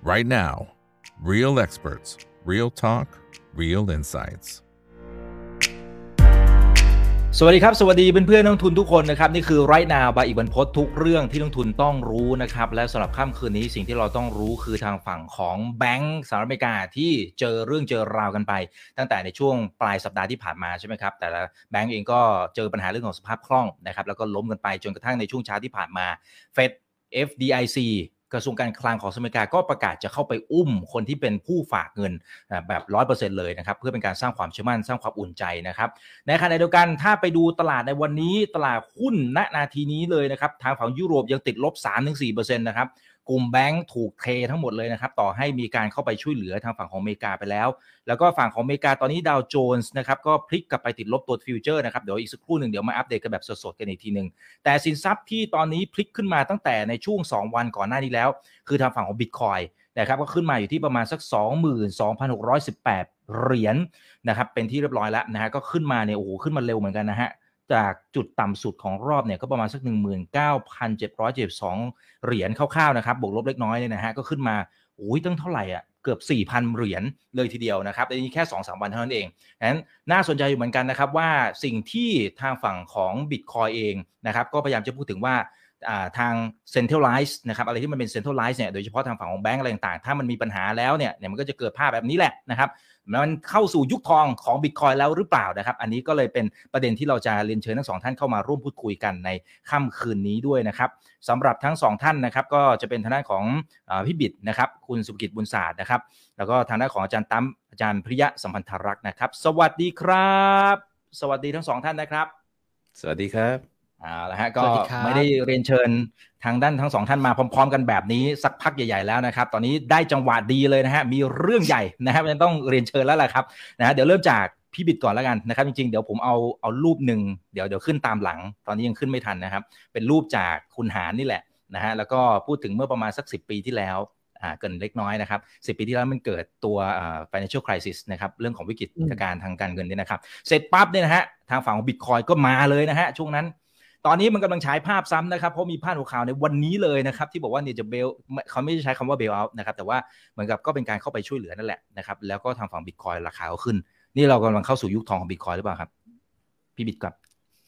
right now. Real experts, real talk, real insights. สวัสดีครับสวัสดีเพื่อนๆนักลงทุนทุกคนนะครับนี่คือ Right Now บายอีกบรรพตทุกเรื่องที่นักลงทุนต้องรู้นะครับและสำหรับค่ำคืนนี้สิ่งที่เราต้องรู้คือทางฝั่งของแบงก์สหรัฐอเมริกาที่เจอเรื่องเจอราวกันไปตั้งแต่ในช่วงปลายสัปดาห์ที่ผ่านมาใช่ไหมครับแต่ละแบงก์เองก็เจอปัญหาเรื่องของสภาพคล่องนะครับแล้วก็ล้มกันไปจนกระทั่งในช่วงเช้าที่ผ่านมา Fed FDICกระทรวงการคลังของอเมริกาก็ประกาศจะเข้าไปอุ้มคนที่เป็นผู้ฝากเงินแบบ 100% เลยนะครับเพื่อเป็นการสร้างความเชื่อมั่นสร้างความอุ่นใจนะครับในขณะเดียวกันถ้าไปดูตลาดในวันนี้ตลาดหุ้นณนาทีนี้เลยนะครับทางฝั่งยุโรปยังติดลบ 3-4% นะครับกลุ่มแบงก์ถูกเททั้งหมดเลยนะครับต่อให้มีการเข้าไปช่วยเหลือทางฝั่งของอเมริกาไปแล้วแล้วก็ฝั่งของอเมริกาตอนนี้ดาวโจนส์นะครับก็พลิกกลับไปติดลบตัวฟิวเจอร์นะครับเดี๋ยวอีกสักครู่หนึ่งเดี๋ยวมาอัปเดตกันแบบสดๆกันอีกทีนึงแต่สินทรัพย์ที่ตอนนี้พลิกขึ้นมาตั้งแต่ในช่วง2วันก่อนหน้านี้แล้วคือทางฝั่งของ Bitcoin นะครับก็ขึ้นมาอยู่ที่ประมาณสัก 22,618 เหรียญนะครับเป็นที่เรียบร้อยแล้วนะฮะก็ขึ้นมาเนี่ยโอ้โหขึ้นมาเร็วเหมือนกันนะฮะจากจุดต่ำสุดของรอบเนี่ยก็ประมาณสัก 19,772 เหรียญคร่าวๆนะครับบวกลบเล็กน้อยเนี่ยนะฮะก็ขึ้นมาโอ้ยตั้งเท่าไหร่อ่ะเกือบ 4,000 เหรียญเลยทีเดียวนะครับในนี้แค่ 2-3 วันเท่านั้นเองนั้นน่าสนใจอยู่เหมือนกันนะครับว่าสิ่งที่ทางฝั่งของ Bitcoin เองนะครับก็พยายามจะพูดถึงว่าทาง centralize นะครับอะไรที่มันเป็น centralize เนี่ยโดยเฉพาะทางฝั่งของแบงก์อะไรต่างๆถ้ามันมีปัญหาแล้วเนี่ยมันก็จะเกิดภาพแบบนี้แหละนะครับมันเข้าสู่ยุคทองของ Bitcoin แล้วหรือเปล่านะครับอันนี้ก็เลยเป็นประเด็นที่เราจะเรียนเชิญทั้งสองท่านเข้ามาร่วมพูดคุยกันในค่ำคืนนี้ด้วยนะครับสำหรับทั้งสองท่านนะครับก็จะเป็นทางด้านของพี่บิดนะครับคุณสุภกิจบุญศาสตร์นะครับแล้วก็ทางด้านของอาจารย์ตั้มอาจารย์พริยะสัมพันธรักษ์นะครับสวัสดีครับสวัสดีทั้งสองท่านนะครับสวัสดีครับแล้วฮะก็ไม่ได้เรียนเชิญทางด้านทั้งสองท่านมาพร้อมๆกันแบบนี้สักพักใหญ่ๆแล้วนะครับตอนนี้ได้จังหวะดีเลยนะฮะมีเรื่องใหญ่นะครับยังต้องเรียนเชิญแล้วแหละครับนะฮะเดี๋ยวเริ่มจากพี่บิดก่อนแล้วกันนะครับจริงๆเดี๋ยวผมเอารูปหนึ่งเดี๋ยวขึ้นตามหลังตอนนี้ยังขึ้นไม่ทันนะครับเป็นรูปจากคุณหารนี่แหละนะฮะแล้วก็พูดถึงเมื่อประมาณสัก10 ปีที่แล้วเกินเล็กน้อยนะครับ10 ปีที่แล้วมันเกิดตัวfinancial crisis นะครับเรื่องของวิกฤตการทางการเงินเนี่ยนะครับเสร็จปั๊บเนี่ยนะฮะทางฝั่งของ Bitcoin ก็มาเลยนะฮะช่วงนั้นตอนนี้มันกำลังฉายภาพซ้ำนะครับเพราะมีพาดหัวข่าวในวันนี้เลยนะครับที่บอกว่าเนี่ยจะเบลเขาไม่ได้ใช้คำว่าเบลเอาท์นะครับแต่ว่าเหมือนกับก็เป็นการเข้าไปช่วยเหลือนั่นแหละนะครับแล้วก็ทางฝั่ง Bitcoin ราคาก็ขึ้นนี่เรากำลังเข้าสู่ยุคทองของ Bitcoin หรือเปล่าครับพี่บิตครับ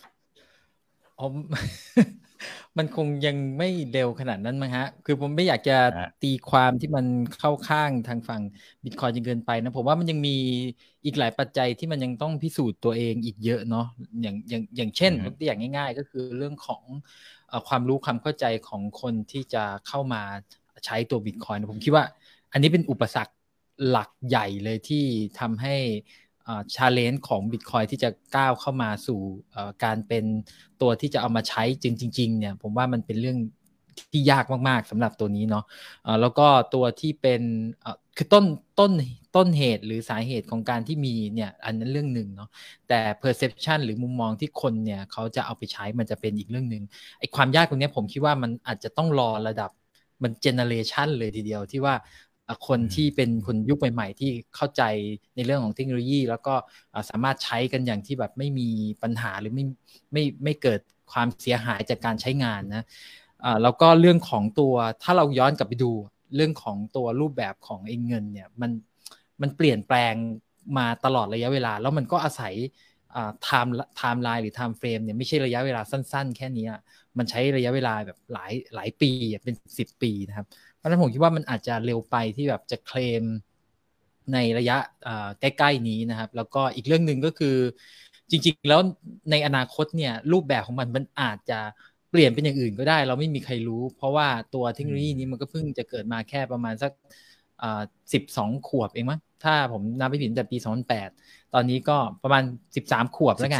มันคงยังไม่เร็วขนาดนั้นมั้งฮะคือผมไม่อยากจะตีความที่มันเข้าข้างทางฝั่ง Bitcoin จนเกินไปนะผมว่ามันยังมีอีกหลายปัจจัยที่มันยังต้องพิสูจน์ตัวเองอีกเยอะเนาะอย่างเช่นยกตัวอย่างง่ายๆก็คือเรื่องของความรู้ความเข้าใจของคนที่จะเข้ามาใช้ตัว Bitcoin ผมคิดว่าอันนี้เป็นอุปสรรคหลักใหญ่เลยที่ทำให้challenge ของ Bitcoin ที่จะก้าวเข้ามาสู่การเป็นตัวที่จะเอามาใช้จริงๆเนี่ยผมว่ามันเป็นเรื่องที่ยากมากๆสำหรับตัวนี้เนาะแล้วก็ตัวที่เป็นคือต้นเหตุหรือสาเหตุของการที่มีเนี่ยอันนั้นเรื่องหนึ่งเนาะแต่ perception หรือมุมมองที่คนเนี่ยเขาจะเอาไปใช้มันจะเป็นอีกเรื่องนึงไอ้ความยากตรงนี้ผมคิดว่ามันอาจจะต้องรอระดับมัน generation เลยทีเดียวที่ว่าคนที่เป็นคนยุคใหม่ๆที่เข้าใจในเรื่องของเทคโนโลยีแล้วก็สามารถใช้กันอย่างที่แบบไม่มีปัญหาหรือไม่เกิดความเสียหายจากการใช้งานนะแล้วก็เรื่องของตัวถ้าเราย้อนกลับไปดูเรื่องของตัวรูปแบบของเงินเนี่ยมันเปลี่ยนแปลงมาตลอดระยะเวลาแล้วมันก็อาศัยไทม์ไลน์หรือไทม์เฟรมเนี่ยไม่ใช่ระยะเวลาสั้นๆแค่นี้มันใช้ระยะเวลาแบบหลายปีเป็น10 ปีนะครับเพราะฉะนั้นผมคิดว่ามันอาจจะเร็วไปที่แบบจะเคลมในระยะใกล้ๆนี้นะครับแล้วก็อีกเรื่องหนึ่งก็คือจริงๆแล้วในอนาคตเนี่ยรูปแบบของมันอาจจะเปลี่ยนเป็นอย่างอื่นก็ได้เราไม่มีใครรู้เพราะว่าตัวเทคโนโลยีนี้มันก็เพิ่งจะเกิดมาแค่ประมาณสัก12 ขวบเองมั้งถ้าผมนับไม่ผิดแต่ปี2008ตอนนี้ก็ประมาณ13 ขวบแล้วกัน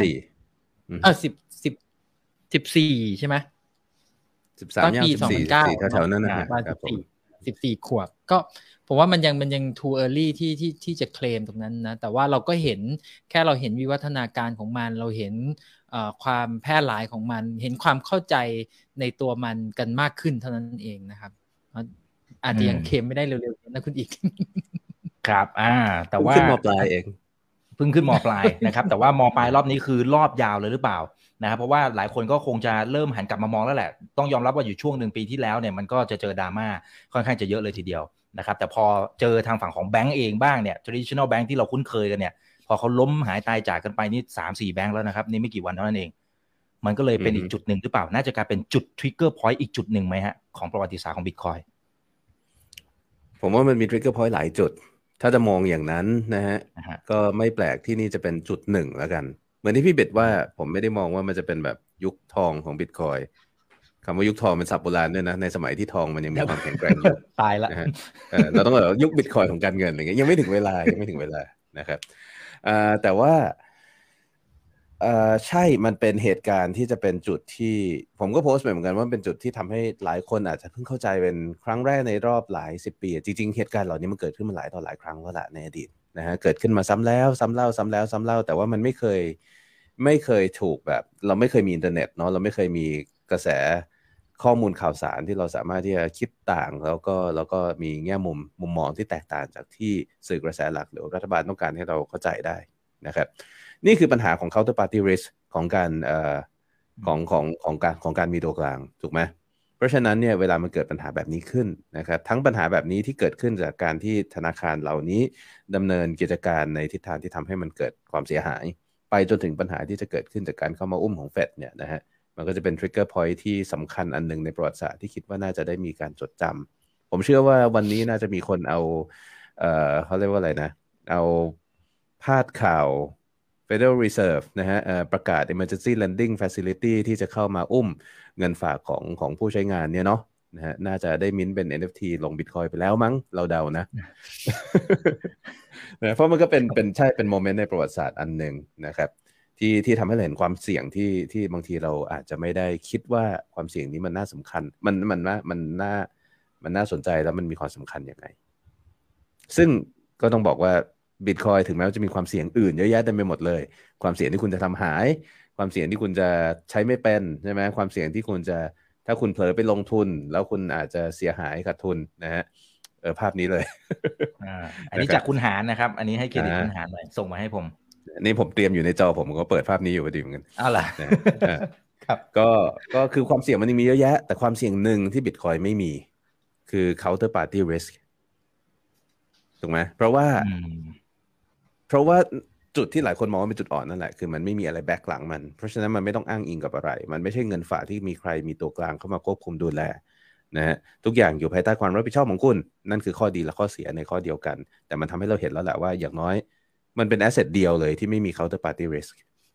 14ใช่ไหม 13ย่าง14แถวๆนั้นนะครับ 14 ขวบก็ผมว่ามันยัง too early ที่จะเคลมตรงนั้นนะแต่ว่าเราก็เห็นแค่เราเห็นวิวัฒนาการของมันเราเห็นความแพร่หลายของมันเห็นความเข้าใจในตัวมันกันมากขึ้นเท่านั้นเองนะครับอาจจะยังเคลมไม่ได้เร็วๆนะคุณอีกครับแต่ว่าขึ้นม.ปลายเองเพิ่งขึ้นม.ปลายนะครับแต่ว่าม.ปลายรอบนี้คือรอบยาวเลยหรือเปล่านะครับเพราะว่าหลายคนก็คงจะเริ่มหันกลับมามองแล้วแหละต้องยอมรับว่าอยู่ช่วง1 ปีที่แล้วเนี่ยมันก็จะเจอดราม่าค่อนข้างจะเยอะเลยทีเดียวนะครับแต่พอเจอทางฝั่งของแบงก์เองบ้างเนี่ย traditional bank ที่เราคุ้นเคยกันเนี่ยพอเขาล้มหายตายจากกันไปนี่ 3-4 แบงก์แล้วนะครับนี่ไม่กี่วันเท่านั้นเองมันก็เลยเป็นอีกจุดหนึ่งหรือเปล่าน่าจะกลายเป็นจุด trigger point อีกจุดหนึ่งไหมฮะของประวัติศาสตร์ของ Bitcoin ผมว่ามันมี trigger point หลายจุดถ้าจะมองอย่างนั้นนะฮะก็ไม่แปลกที่นี่จะเป็นจุดหนึ่งแล้วกันเหมือนที่พี่เบ็ดว่าผมไม่ได้มองว่ามันจะเป็นแบบยุคทองของ Bitcoin คำว่ายุคทองเป็นศัพท์โบราณด้วยนะในสมัยที่ทองมันยังมีความแข็งแกร่งอยู่ตายละนะฮะเราต้องบอกยุค Bitcoin ของการเงินอะไรเงี้ยยังไม่ถึงเวลานะครับแต่ว่าใช่มันเป็นเหตุการณ์ที่จะเป็นจุดที่ผมก็โพสต์ไปเหมือนกันว่าเป็นจุดที่ทำให้หลายคนอาจจะเพิ่งเข้าใจเป็นครั้งแรกในรอบหลาย10 ปีจริงๆเหตุการณ์เหล่านี้มันเกิดขึ้นมาหลายต่อหลายครั้งแล้วแหละในอดีตนะฮะเกิดขึ้นมาซ้ำแล้วซ้ำเล่าแต่ว่ามันไม่เคยถูกแบบเราไม่เคยมีอินเทอร์เน็ตเนาะเราไม่เคยมีกระแสข้อมูลข่าวสารที่เราสามารถที่จะคิดต่างแล้วก็มีแง่มุมมองที่แตกต่างจากที่สื่อกระแสหลักหรือรัฐบาลต้องการให้เราเข้าใจได้นะครับนี่คือปัญหาของ counterparty risk ของการของการมีตัวกลางถูกไหมเพราะฉะนั้นเนี่ยเวลามันเกิดปัญหาแบบนี้ขึ้นนะครับทั้งปัญหาแบบนี้ที่เกิดขึ้นจากการที่ธนาคารเหล่านี้ดำเนินกิจการในทิศทางที่ทำให้มันเกิดความเสียหายไปจนถึงปัญหาที่จะเกิดขึ้นจากการเข้ามาอุ้มของเฟดเนี่ยนะฮะมันก็จะเป็น trigger point ที่สำคัญอันหนึ่งในประวัติศาสตร์ที่คิดว่าน่าจะได้มีการจดจำผมเชื่อว่าวันนี้น่าจะมีคนเอาเขาเรียกว่าอะไรนะเอาพาดข่าว Federal Reserve นะฮะประกาศ Emergency Lending Facility ที่จะเข้ามาอุ้มเงินฝากของผู้ใช้งานเนี่ยเนาะนะฮะน่าจะได้มิ้นเป็น NFT ลง Bitcoin ไปแล้วมั้งเราเดานะ เพราะมันก็เป็นโมเมนต์ในประวัติศาสตร์อันหนึ่งนะครับที่ทำให้เห็นความเสี่ยงที่บางทีเราอาจจะไม่ได้คิดว่าความเสี่ยงนี้มันน่าสำคัญมันน่าสนใจแล้วมันมีความสำคัญยังไงซึ่งก็ต้องบอกว่าBitcoin ถึงแม้ว่าจะมีความเสี่ยงอื่นเยอะแยะเต็มไปหมดเลยความเสี่ยงที่คุณจะทำหายความเสี่ยงที่คุณจะใช้ไม่เป็นใช่ไหมความเสี่ยงที่คุณจะถ้าคุณเผลอไปลงทุนแล้วคุณอาจจะเสียหายขาดทุนนะฮะภาพนี้เลยอันนี้จากคุณหารนะครับอันนี้ให้เครดิตคุณหารหน่อยส่งมาให้ผมนี่ผมเตรียมอยู่ในจอผมก็เปิดภาพนี้อยู่พอดีเหมือนกันอ้าวล่ะครับก็คือความเสี่ยงมันมีเยอะแยะแต่ความเสี่ยงหนึ่งที่ Bitcoin ไม่มีคือ counterparty risk ถูกไหมเพราะว่าจุดที่หลายคนมองว่าเป็นจุดอ่อนนั่นแหละคือมันไม่มีอะไรแบ็คหลังมันเพราะฉะนั้นมันไม่ต้องอ้างอิงกับอะไรมันไม่ใช่เงินฝากที่มีใครมีตัวกลางเข้ามาควบคุมดูแลนะฮะทุกอย่างอยู่ภายใต้ความรับผิดชอบของคุณนั่นคือข้อดีและข้อเสียในข้อเดียวกันแต่มันทำให้เราเห็นแล้วแหละว่าอย่างน้อยมันเป็นแอสเซทเดียวเลยที่ไม่มี counterparty risk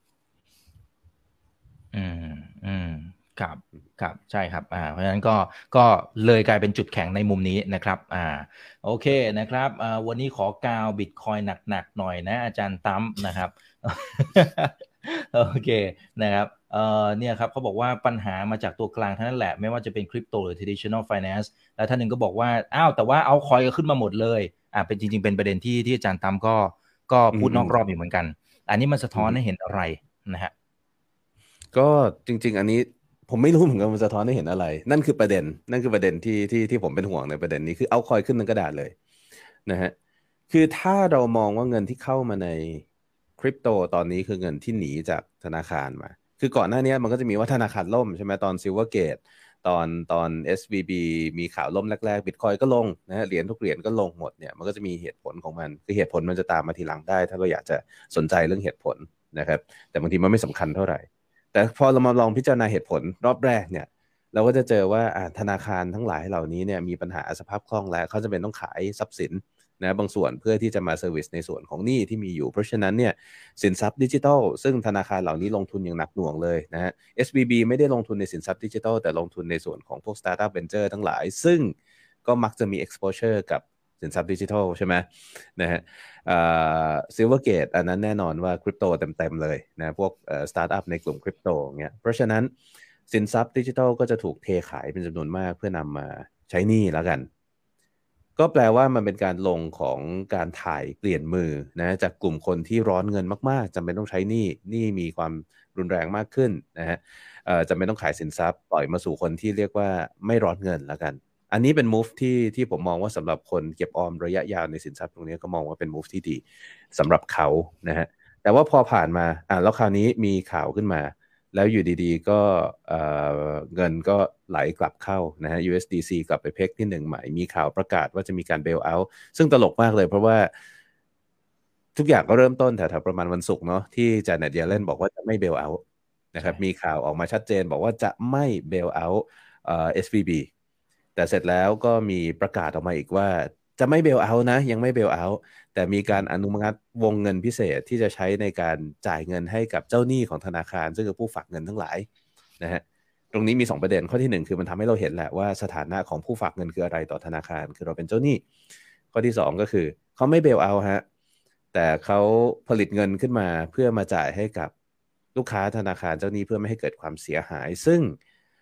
ครับใช่ครับเพราะฉะนั้นก็เลยกลายเป็นจุดแข็งในมุมนี้นะครับโอเคนะครับวันนี้ขอกาว Bitcoin หนักๆหน่อยนะอาจารย์ตั้มนะครับ โอเคนะครับเนี่ยครับเขาบอกว่าปัญหามาจากตัวกลางทั้งนั้นแหละไม่ว่าจะเป็นคริปโตหรือ traditional finance แล้วท่านหนึ่งก็บอกว่าแต่ว่าเอาคอยก็ขึ้นมาหมดเลยเป็นจริงๆเป็นประเด็นที่อาจารย์ตั้มก็พูดนอกรอบอยู่เหมือนกันอันนี้มันสะท้อนให้เห็นอะไรนะฮะก็จริงๆอันนี้ผมไม่รู้เหมือนกันมันสะท้อนให้เห็นอะไรนั่นคือประเด็นที่ผมเป็นห่วงในประเด็นนี้คือเอาคอยขึ้นทั้งกระดาษเลยนะฮะคือถ้าเรามองว่าเงินที่เข้ามาในคริปโตตอนนี้คือเงินที่หนีจากธนาคารมาคือก่อนหน้านี้มันก็จะมีว่าธนาคารล่มใช่ไหมตอน Silvergate ตอน SVB มีข่าวล่มแรกๆ Bitcoin ก็ลงนะฮะเหรียญทุกเหรียญก็ลงหมดเนี่ยมันก็จะมีเหตุผลของมันคือเหตุผลมันจะตามมาทีหลังได้ถ้าเราอยากจะสนใจเรื่องเหตุผลนะครับแต่บางทีมันไม่สำคัญเท่าไหร่แต่พอเรามาลองพิจารณาเหตุผลรอบแรกเนี่ยเราก็จะเจอว่าธนาคารทั้งหลายเหล่านี้เนี่ยมีปัญหาสภาพคล่องแล้วเขาจะเป็นต้องขายทรัพย์สินนะบางส่วนเพื่อที่จะมาเซอร์วิสในส่วนของหนี้ที่มีอยู่เพราะฉะนั้นเนี่ยสินทรัพย์ดิจิทัลซึ่งธนาคารเหล่านี้ลงทุนอย่างหนักหน่วงเลยนะฮะ SVB ไม่ได้ลงทุนในสินทรัพย์ดิจิทัลแต่ลงทุนในส่วนของพวก Startup Venture ทั้งหลายซึ่งก็มักจะมี exposure กับสินทรัพย์ดิจิทัลใช่ไหมนะฮะSilvergate อันนั้นแน่นอนว่าคริปโตเต็มเลยนะพวกสตาร์ทอัพในกลุ่มคริปโตเงี้ยเพราะฉะนั้นสินทรัพย์ดิจิทัลก็จะถูกเทขายเป็นจำนวนมากเพื่อนำมาใช้หนี้แล้วกันก็แปลว่ามันเป็นการลงของการถ่ายเปลี่ยนมือนะจากกลุ่มคนที่ร้อนเงินมากๆจำเป็นต้องใช้หนี้มีความรุนแรงมากขึ้นนะฮะจำเป็นต้องขายสินทรัพย์ปล่อยมาสู่คนที่เรียกว่าไม่ร้อนเงินแล้วกันอันนี้เป็น move ที่ผมมองว่าสำหรับคนเก็บออมระยะยาวในสินทรัพย์ตรงนี้ก็มองว่าเป็น move ที่ดีสำหรับเขานะฮะแต่ว่าพอผ่านมาแล้วคราวนี้มีข่าวขึ้นมาแล้วอยู่ดีๆก็เงินก็ไหลกลับเข้านะฮะ USDC กลับไปเพกที่1ใหม่มีข่าวประกาศว่าจะมีการเบลเอาท์ซึ่งตลกมากเลยเพราะว่าทุกอย่างก็เริ่มต้นแถวๆประมาณวันศุกร์เนาะที่จาเน็ตเยเลนบอกว่าจะไม่เบลเอาท์นะครับมีข่าวออกมาชัดเจนบอกว่าจะไม่เบลเอาท์SVB แต่เสร็จแล้วก็มีประกาศออกมาอีกว่าจะไม่เบลเอาท์นะยังไม่เบลเอาท์แต่มีการอนุมัติวงเงินพิเศษที่จะใช้ในการจ่ายเงินให้กับเจ้าหนี้ของธนาคารซึ่งคือผู้ฝากเงินทั้งหลายนะฮะตรงนี้มี2ประเด็นข้อที่1คือมันทำให้เราเห็นแหละว่าสถานะของผู้ฝากเงินคืออะไรต่อธนาคารคือเราเป็นเจ้าหนี้ข้อที่2ก็คือเขาไม่เบลเอาท์ฮะแต่เขาผลิตเงินขึ้นมาเพื่อมาจ่ายให้กับลูกค้าธนาคารเจ้าหนี้เพื่อไม่ให้เกิดความเสียหายซึ่ง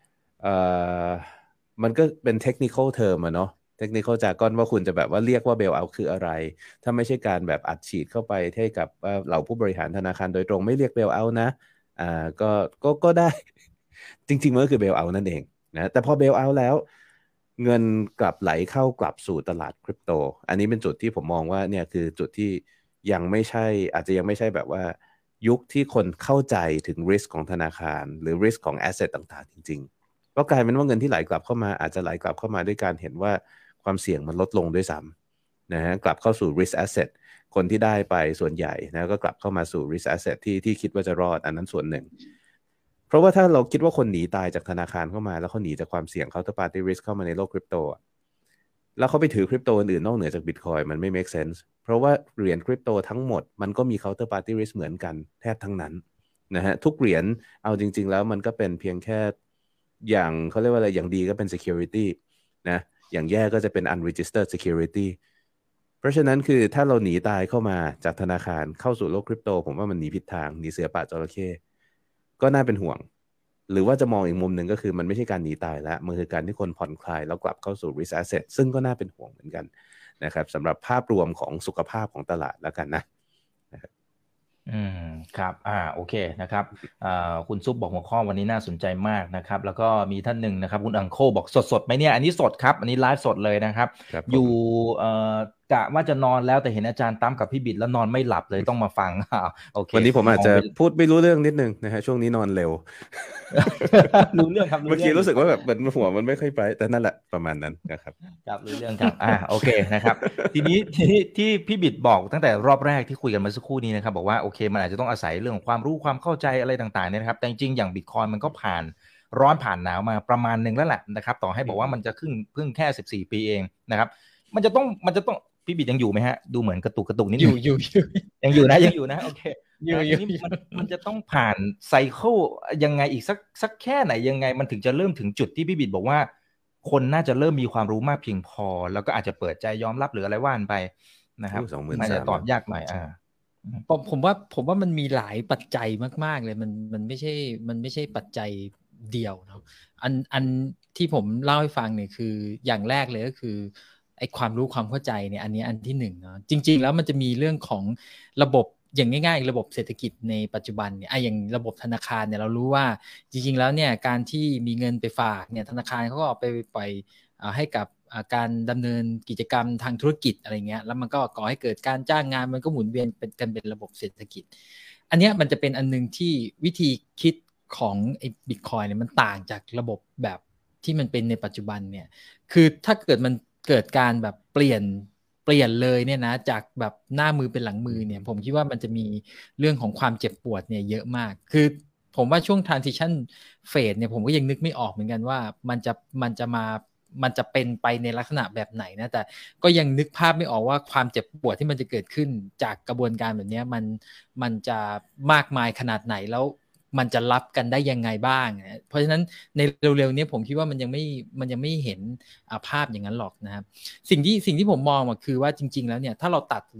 มันก็เป็นเทคนิคอลเทอมอะเนาะเทคนิคอลจากอนว่าคุณจะแบบว่าเรียกว่าเบลเอาท์คืออะไรถ้าไม่ใช่การแบบอัดฉีดเข้าไปให้กับเหล่าผู้บริหารธนาคารโดยตรงไม่เรียกเบลเอาท์นะก็ได้จริงๆมันก็คือเบลเอาท์นั่นเองนะแต่พอเบลเอาท์แล้วเงินกลับไหลเข้ากลับสู่ตลาดคริปโตอันนี้เป็นจุดที่ผมมองว่าเนี่ยคือจุดที่ยังไม่ใช่อาจจะยังไม่ใช่แบบว่ายุคที่คนเข้าใจถึง risk ของธนาคารหรือ risk ของ asset ต่างๆจริงๆก็กลายเป็นว่าเงินที่ไหลกลับเข้ามาอาจจะไหลกลับเข้ามาด้วยการเห็นว่าความเสี่ยงมันลดลงด้วยซ้ำนะฮะกลับเข้าสู่ risk asset คนที่ได้ไปส่วนใหญ่นะก็กลับเข้ามาสู่ risk asset ที่คิดว่าจะรอดอันนั้นส่วนหนึ่งเพราะว่าถ้าเราคิดว่าคนหนีตายจากธนาคารเข้ามาแล้วเขาหนีจากความเสี่ยง counterparty risk เข้ามาในโลกคริปโตแล้วเขาไปถือคริปโตอื่นนอกเหนือจาก Bitcoin มันไม่ make sense เพราะว่าเหรียญคริปโตทั้งหมดมันก็มี counterparty risk เหมือนกันแทบทั้งนั้นนะฮะทุกเหรียญเอาจริงๆแล้วมันก็เป็นเพียงแค่อย่างเขาเรียกว่าอะไรอย่างดีก็เป็น security นะอย่างแย่ก็จะเป็น unregistered security เพราะฉะนั้นคือถ้าเราหนีตายเข้ามาจากธนาคารเข้าสู่โลกคริปโตผมว่ามันหนีผิดทางหนีเสือป่าจระเข้ก็น่าเป็นห่วงหรือว่าจะมองอีกมุมหนึ่งก็คือมันไม่ใช่การหนีตายแล้วมันคือการที่คนผ่อนคลายแล้วกลับเข้าสู่ risk asset ซึ่งก็น่าเป็นห่วงเหมือนกันนะครับสำหรับภาพรวมของสุขภาพของตลาดแล้วกันนะครับครับโอเคนะครับคุณซุปบอกหัวข้อวันนี้น่าสนใจมากนะครับแล้วก็มีท่านหนึ่งนะครับคุณอังโคบอกสดไหมเนี่ยอันนี้สดครับอันนี้ไลฟ์สดเลยนะครับอยู่กะว่าจะนอนแล้วแต่เห็นอาจารย์ตั้มกับพี่บิดแล้วนอนไม่หลับเลยต้องมาฟังโอเควันนี้ผมอาจจะพูดไม่รู้เรื่องนิดนึงนะฮะช่วงนี้นอนเร็วรู้เรื่องครับเมื่อกี้รู้สึกว่าแบบเหมือนหัวมันไม่ค่อยไปแต่นั่นแหละประมาณนั้นนะครับครับรู้เรื่องครับโอเคนะครับทีนี้ที่พี่บิดบอกตั้งแต่รอบแรกที่คุยกันมาสักครู่นี้นะครับบอกว่าโอเคมันอาจจะต้องอาศัยเรื่องของความรู้ความเข้าใจอะไรต่างๆเนี่ยนะครับแต่จริงๆอย่าง Bitcoin มันก็ผ่านร้อนผ่านหนาวมาประมาณนึงแล้วแหละนะครับต่อให้บอกว่ามันจะเพิ่งแค่14ปีเองนะครับมันจะต้องพี่บิดยังอยู่ไหมฮะดูเหมือนกระตุกนิดอยู่ยังอยู่นะโอเคมันจะต้องผ่านไซเคิลยังไงอีกสักแค่ไหนยังไงมันถึงจะเริ่มถึงจุดที่พี่บิดบอกว่าคนน่าจะเริ่มมีความรู้มากเพียงพอแล้วก็อาจจะเปิดใจยอมรับหรืออะไรว่านไปนะครับน่าจะตอบยากหน่อยผมว่ามันมีหลายปัจจัยมากๆเลยมันไม่ใช่ปัจจัยเดียวเนาะอันที่ผมเล่าให้ฟังเนี่ยคืออย่างแรกเลยก็คือไอ้ความรู้ความเข้าใจเนี่ยอันนี้อันที่1เนาะจริงๆแล้วมันจะมีเรื่องของระบบอย่างง่ายๆระบบเศรษฐกิจในปัจจุบันเนี่ยอย่างระบบธนาคารเนี่ยเรารู้ว่าจริงๆแล้วเนี่ยการที่มีเงินไปฝากเนี่ยธนาคารเขาก็เอาไปปล่อยให้กับการดำเนินกิจกรรมทางธุรกิจอะไรเงี้ยแล้วมันก็ก่อให้เกิดการจ้างงานมันก็หมุนเวียนเป็นระบบเศรษฐกิจอันนี้มันจะเป็นอันนึงที่วิธีคิดของไอ้ Bitcoin เนี่ยมันต่างจากระบบแบบที่มันเป็นในปัจจุบันเนี่ยคือถ้าเกิดมันเกิดการแบบเปลี่ยนเลยเนี่ยนะจากแบบหน้ามือเป็นหลังมือเนี่ยผมคิดว่ามันจะมีเรื่องของความเจ็บปวดเนี่ยเยอะมากคือผมว่าช่วง transition phase เนี่ยผมก็ยังนึกไม่ออกเหมือนกันว่ามันจะเป็นไปในลักษณะแบบไหนนะแต่ก็ยังนึกภาพไม่ออกว่าความเจ็บปวดที่มันจะเกิดขึ้นจากกระบวนการแบบนี้มันจะมากมายขนาดไหนแล้วมันจะรับกันได้ยังไงบ้างเพราะฉะนั้นในเร็วๆนี้ผมคิดว่ามันยังไม่เห็นภาพอย่างนั้นหรอกนะครับสิ่งที่ผมมองคือว่าจริงๆแล้วเนี่ยถ้าเราตัด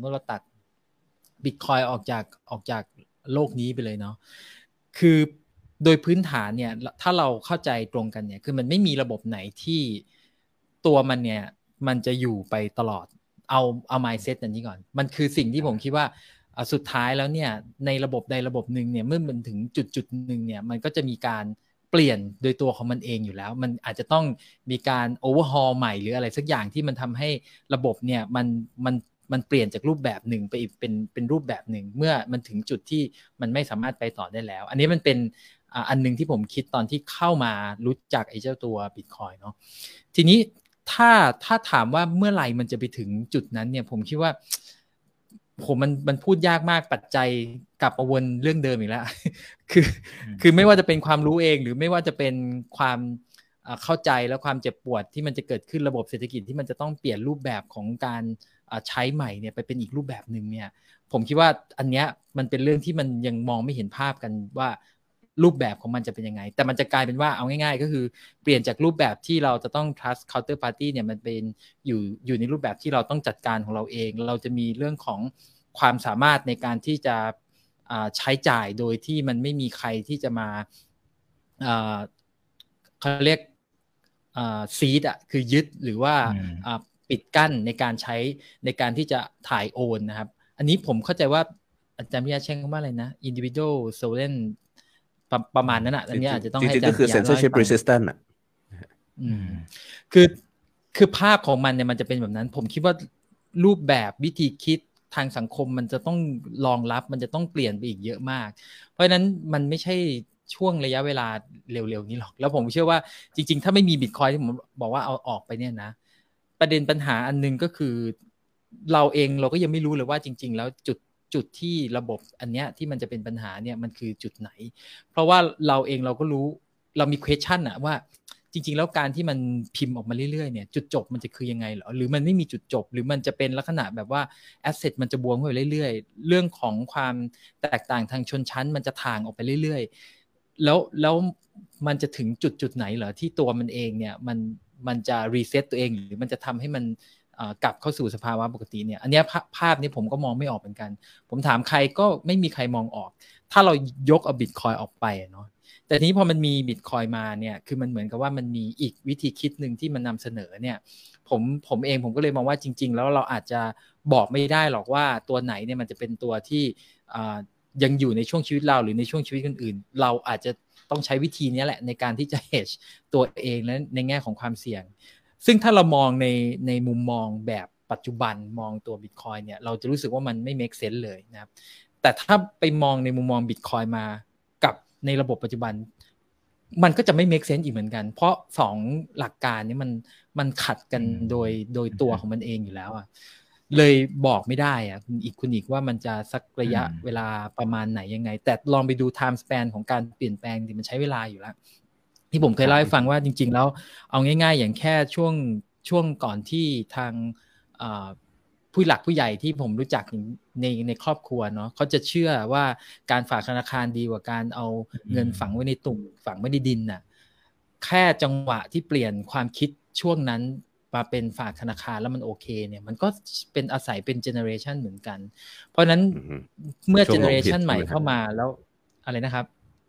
Bitcoin ออกจากโลกนี้ไปเลยเนาะคือโดยพื้นฐานเนี่ยถ้าเราเข้าใจตรงกันเนี่ยคือมันไม่มีระบบไหนที่ตัวมันเนี่ยมันจะอยู่ไปตลอดเอา mindset อันนี้ก่อนมันคือสิ่งที่ผมคิดว่าสุดท้ายแล้วเนี่ยในระบบใดระบบหนึ่งเนี่ยเมื่อมันถึงจุดหนึ่งเนี่ยมันก็จะมีการเปลี่ยนโดยตัวของมันเองอยู่แล้วมันอาจจะต้องมีการ overhaul ใหม่หรืออะไรสักอย่างที่มันทำให้ระบบเนี่ยมันเปลี่ยนจากรูปแบบหนึ่งไปอีกเป็นรูปแบบหนึ่งเมื่อมันถึงจุดที่มันไม่สามารถไปต่อได้แล้วอันนี้มันเป็นอันนึงที่ผมคิดตอนที่เข้ามารู้จักไอ้เจ้าตัว Bitcoin เนาะทีนี้ถ้าถามว่าเมื่อไหร่มันจะไปถึงจุดนั้นเนี่ยผมคิดว่ามันพูดยากมากปัจจัยกลับมาวนเรื่องเดิมอีกแล้ว คือไม่ว่าจะเป็นความรู้เองหรือไม่ว่าจะเป็นความเข้าใจและความเจ็บปวดที่มันจะเกิดขึ้นระบบเศรษฐกิจที่มันจะต้องเปลี่ยนรูปแบบของการใช้ใหม่เนี่ยไปเป็นอีกรูปแบบนึงเนี่ยผมคิดว่าอันเนี้ยมันเป็นเรื่องที่มันยังมองไม่เห็นภาพกันว่ารูปแบบของมันจะเป็นยังไงแต่มันจะกลายเป็นว่าเอาง่ายๆก็คือเปลี่ยนจากรูปแบบที่เราจะต้อง trust counterparty เนี่ยมันเป็นอยู่ในรูปแบบที่เราต้องจัดการของเราเองเราจะมีเรื่องของความสามารถในการที่จะใช้จ่ายโดยที่มันไม่มีใครที่จะมาเขาเรียกซีดคือยึดหรือว่าปิดกั้นในการใช้ในการที่จะถ่ายโอนนะครับอันนี้ผมเข้าใจว่าอาจารย์พิยาใช้คำว่าอะไรนะ individual sovereign ประมาณนั้นอ่ะอันนี้อาจจะต้องให้อาจารย์พิยาคือ censorship resistant อ่ะคือภาพของมันเนี่ยมันจะเป็นแบบนั้นผมคิดว่ารูปแบบวิธีคิดทางสังคมมันจะต้องรองรับมันจะต้องเปลี่ยนไปอีกเยอะมากเพราะฉะนั้นมันไม่ใช่ช่วงระยะเวลาเร็วๆนี้หรอกแล้วผมเชื่อว่าจริงๆถ้าไม่มี Bitcoin ที่ผมบอกว่าเอาออกไปเนี่ยนะประเด็นปัญหาอันนึงก็คือเราเองเราก็ยังไม่รู้เลยว่าจริงๆแล้วจุดที่ระบบอันเนี้ยที่มันจะเป็นปัญหาเนี่ยมันคือจุดไหนเพราะว่าเราเองเราก็รู้เรามี question อะว่าจริงๆแล้วการที่มันพิมพ์ออกมาเรื่อยๆเนี่ยจุดจบมันจะคือยังไงเหรอหรือมันไม่มีจุดจบหรือมันจะเป็นลักษณะแบบว่า asset มันจะบวมไปเรื่อยๆเรื่องของความแตกต่างทางชนชั้นมันจะถ่างออกไปเรื่อยๆแล้วมันจะถึงจุดไหนเหรอที่ตัวมันเองเนี่ยมันจะ reset ตัวเองหรือมันจะทำให้มันกลับเข้าสู่สภาวะปกติเนี่ยอันนี้ภาพนี้ผมก็มองไม่ออกเหมือนกันผมถามใครก็ไม่มีใครมองออกถ้าเรายกเอา Bitcoin ออกไปเนาะแต่ทีนี้พอมันมี Bitcoin มาเนี่ยคือมันเหมือนกับว่ามันมีอีกวิธีคิดหนึ่งที่มันนำเสนอเนี่ยผมเองผมก็เลยมองว่าจริงๆแล้วเราอาจจะบอกไม่ได้หรอกว่าตัวไหนเนี่ยมันจะเป็นตัวที่ยังอยู่ในช่วงชีวิตเราหรือในช่วงชีวิตอื่นๆเราอาจจะต้องใช้วิธีนี้แหละในการที่จะ hedge ตัวเองและในแง่ของความเสี่ยงซึ่งถ้าเรามองในมุมมองแบบปัจจุบันมองตัว Bitcoin เนี่ยเราจะรู้สึกว่ามันไม่ make sense เลยนะครับแต่ถ้าไปมองในมุมมอง Bitcoin มากับในระบบปัจจุบันมันก็จะไม่ make sense อีกเหมือนกันเพราะ2หลักการนี้มันขัดกันโดยตัวของมันเองอยู่แล้วอ่ะเลยบอกไม่ได้อ่ะคุณอีกว่ามันจะสักระยะเวลาประมาณไหนยังไงแต่ลองไปดู time span ของการเปลี่ยนแปลงมันใช้เวลาอยู่แล้วที่ผมเคยเล่าให้ฟังว่าจริงๆแล้วเอาง่ายๆอย่างแค่ช่วงก่อนที่ทางผู้หลักผู้ใหญ่ที่ผมรู้จักในครอบครัวเนาะเขาจะเชื่อว่าการฝากธนาคารดีกว่าการเอาเงินฝังไว้ในตุ่มฝังไว้ในดินน่ะแค่จังหวะที่เปลี่ยนความคิดช่วงนั้นมาเป็นฝากธนาคารแล้วมันโอเคเนี่ยมันก็เป็นอาศัยเป็นเจเนอเรชันเหมือนกันเพราะนั้นเมื่อเจเนอเรชันใหม่เข้ามาแล้วอะไรนะครับ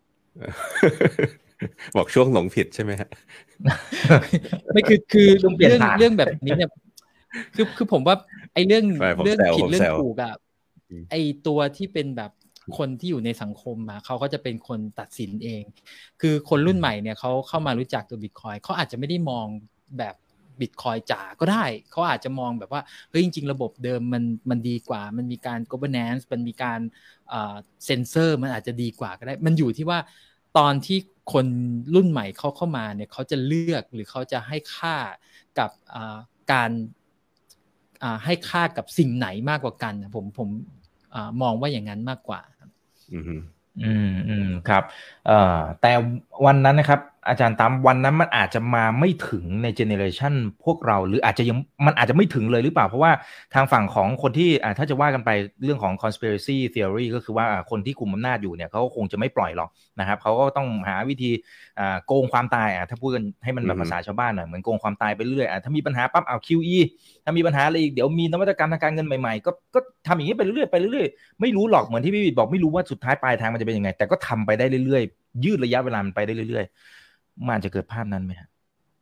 บอกช่วงหลงผิดใช่ไหมฮะไม่คือเรื่องแบบนี้เนี่ยคือผมว่าไอ้เรื่องผิดเรื่องถูกอะไอ้ตัวที่เป็นแบบคนที่อยู่ในสังคมมาเขาก็จะเป็นคนตัดสินเองคือคนรุ่นใหม่เนี่ยเขาเข้ามารู้จักตัว Bitcoin เขาอาจจะไม่ได้มองแบบ Bitcoin จ๋าก็ได้เขาอาจจะมองแบบว่าเฮ้ยจริงๆระบบเดิมมันดีกว่ามันมีการ governance มันมีการเซ็นเซอร์มันอาจจะดีกว่าก็ได้มันอยู่ที่ว่าตอนที่คนรุ่นใหม่เขาเข้ามาเนี่ยเขาจะเลือกหรือเขาจะให้ค่ากับการให้ค่ากับสิ่งไหนมากกว่ากันผมมองว่าอย่างนั้นมากกว่าครับแต่วันนั้นนะครับอาจารย์ตามวันนั้นมันอาจจะมาไม่ถึงในเจเนเรชันพวกเราหรืออาจจะยังมันอาจจะไม่ถึงเลยหรือเปล่าเพราะว่าทางฝั่งของคนที่ถ้าจะว่ากันไปเรื่องของ conspiracy theory ก็คือว่าคนที่กุมอำนาจอยู่เนี่ยเขาคงจะไม่ปล่อยหรอกนะครับเขาก็ต้องหาวิธีโกงความตายถ้าพูดกันให้มันแบบภาษาชาวบ้านหน่อยเหมือนโกงความตายไปเรื่อยถ้ามีปัญหาปั๊บเอา QE ถ้ามีปัญหาอะไรอีกเดี๋ยวมีนวัตกรรมทางการเงินใหม่ๆก็ทำอย่างนี้ไปเรื่อยๆไม่รู้หรอกเหมือนที่พี่บิดบอกไม่รู้ว่าสุดท้ายปลายทางมันจะเป็นยังไงแต่ก็ทำไปได้เรื่อยๆยืดระยะเวลามันไปได้เรื่อยๆมันจะเกิดภาพนั้นไหมครับ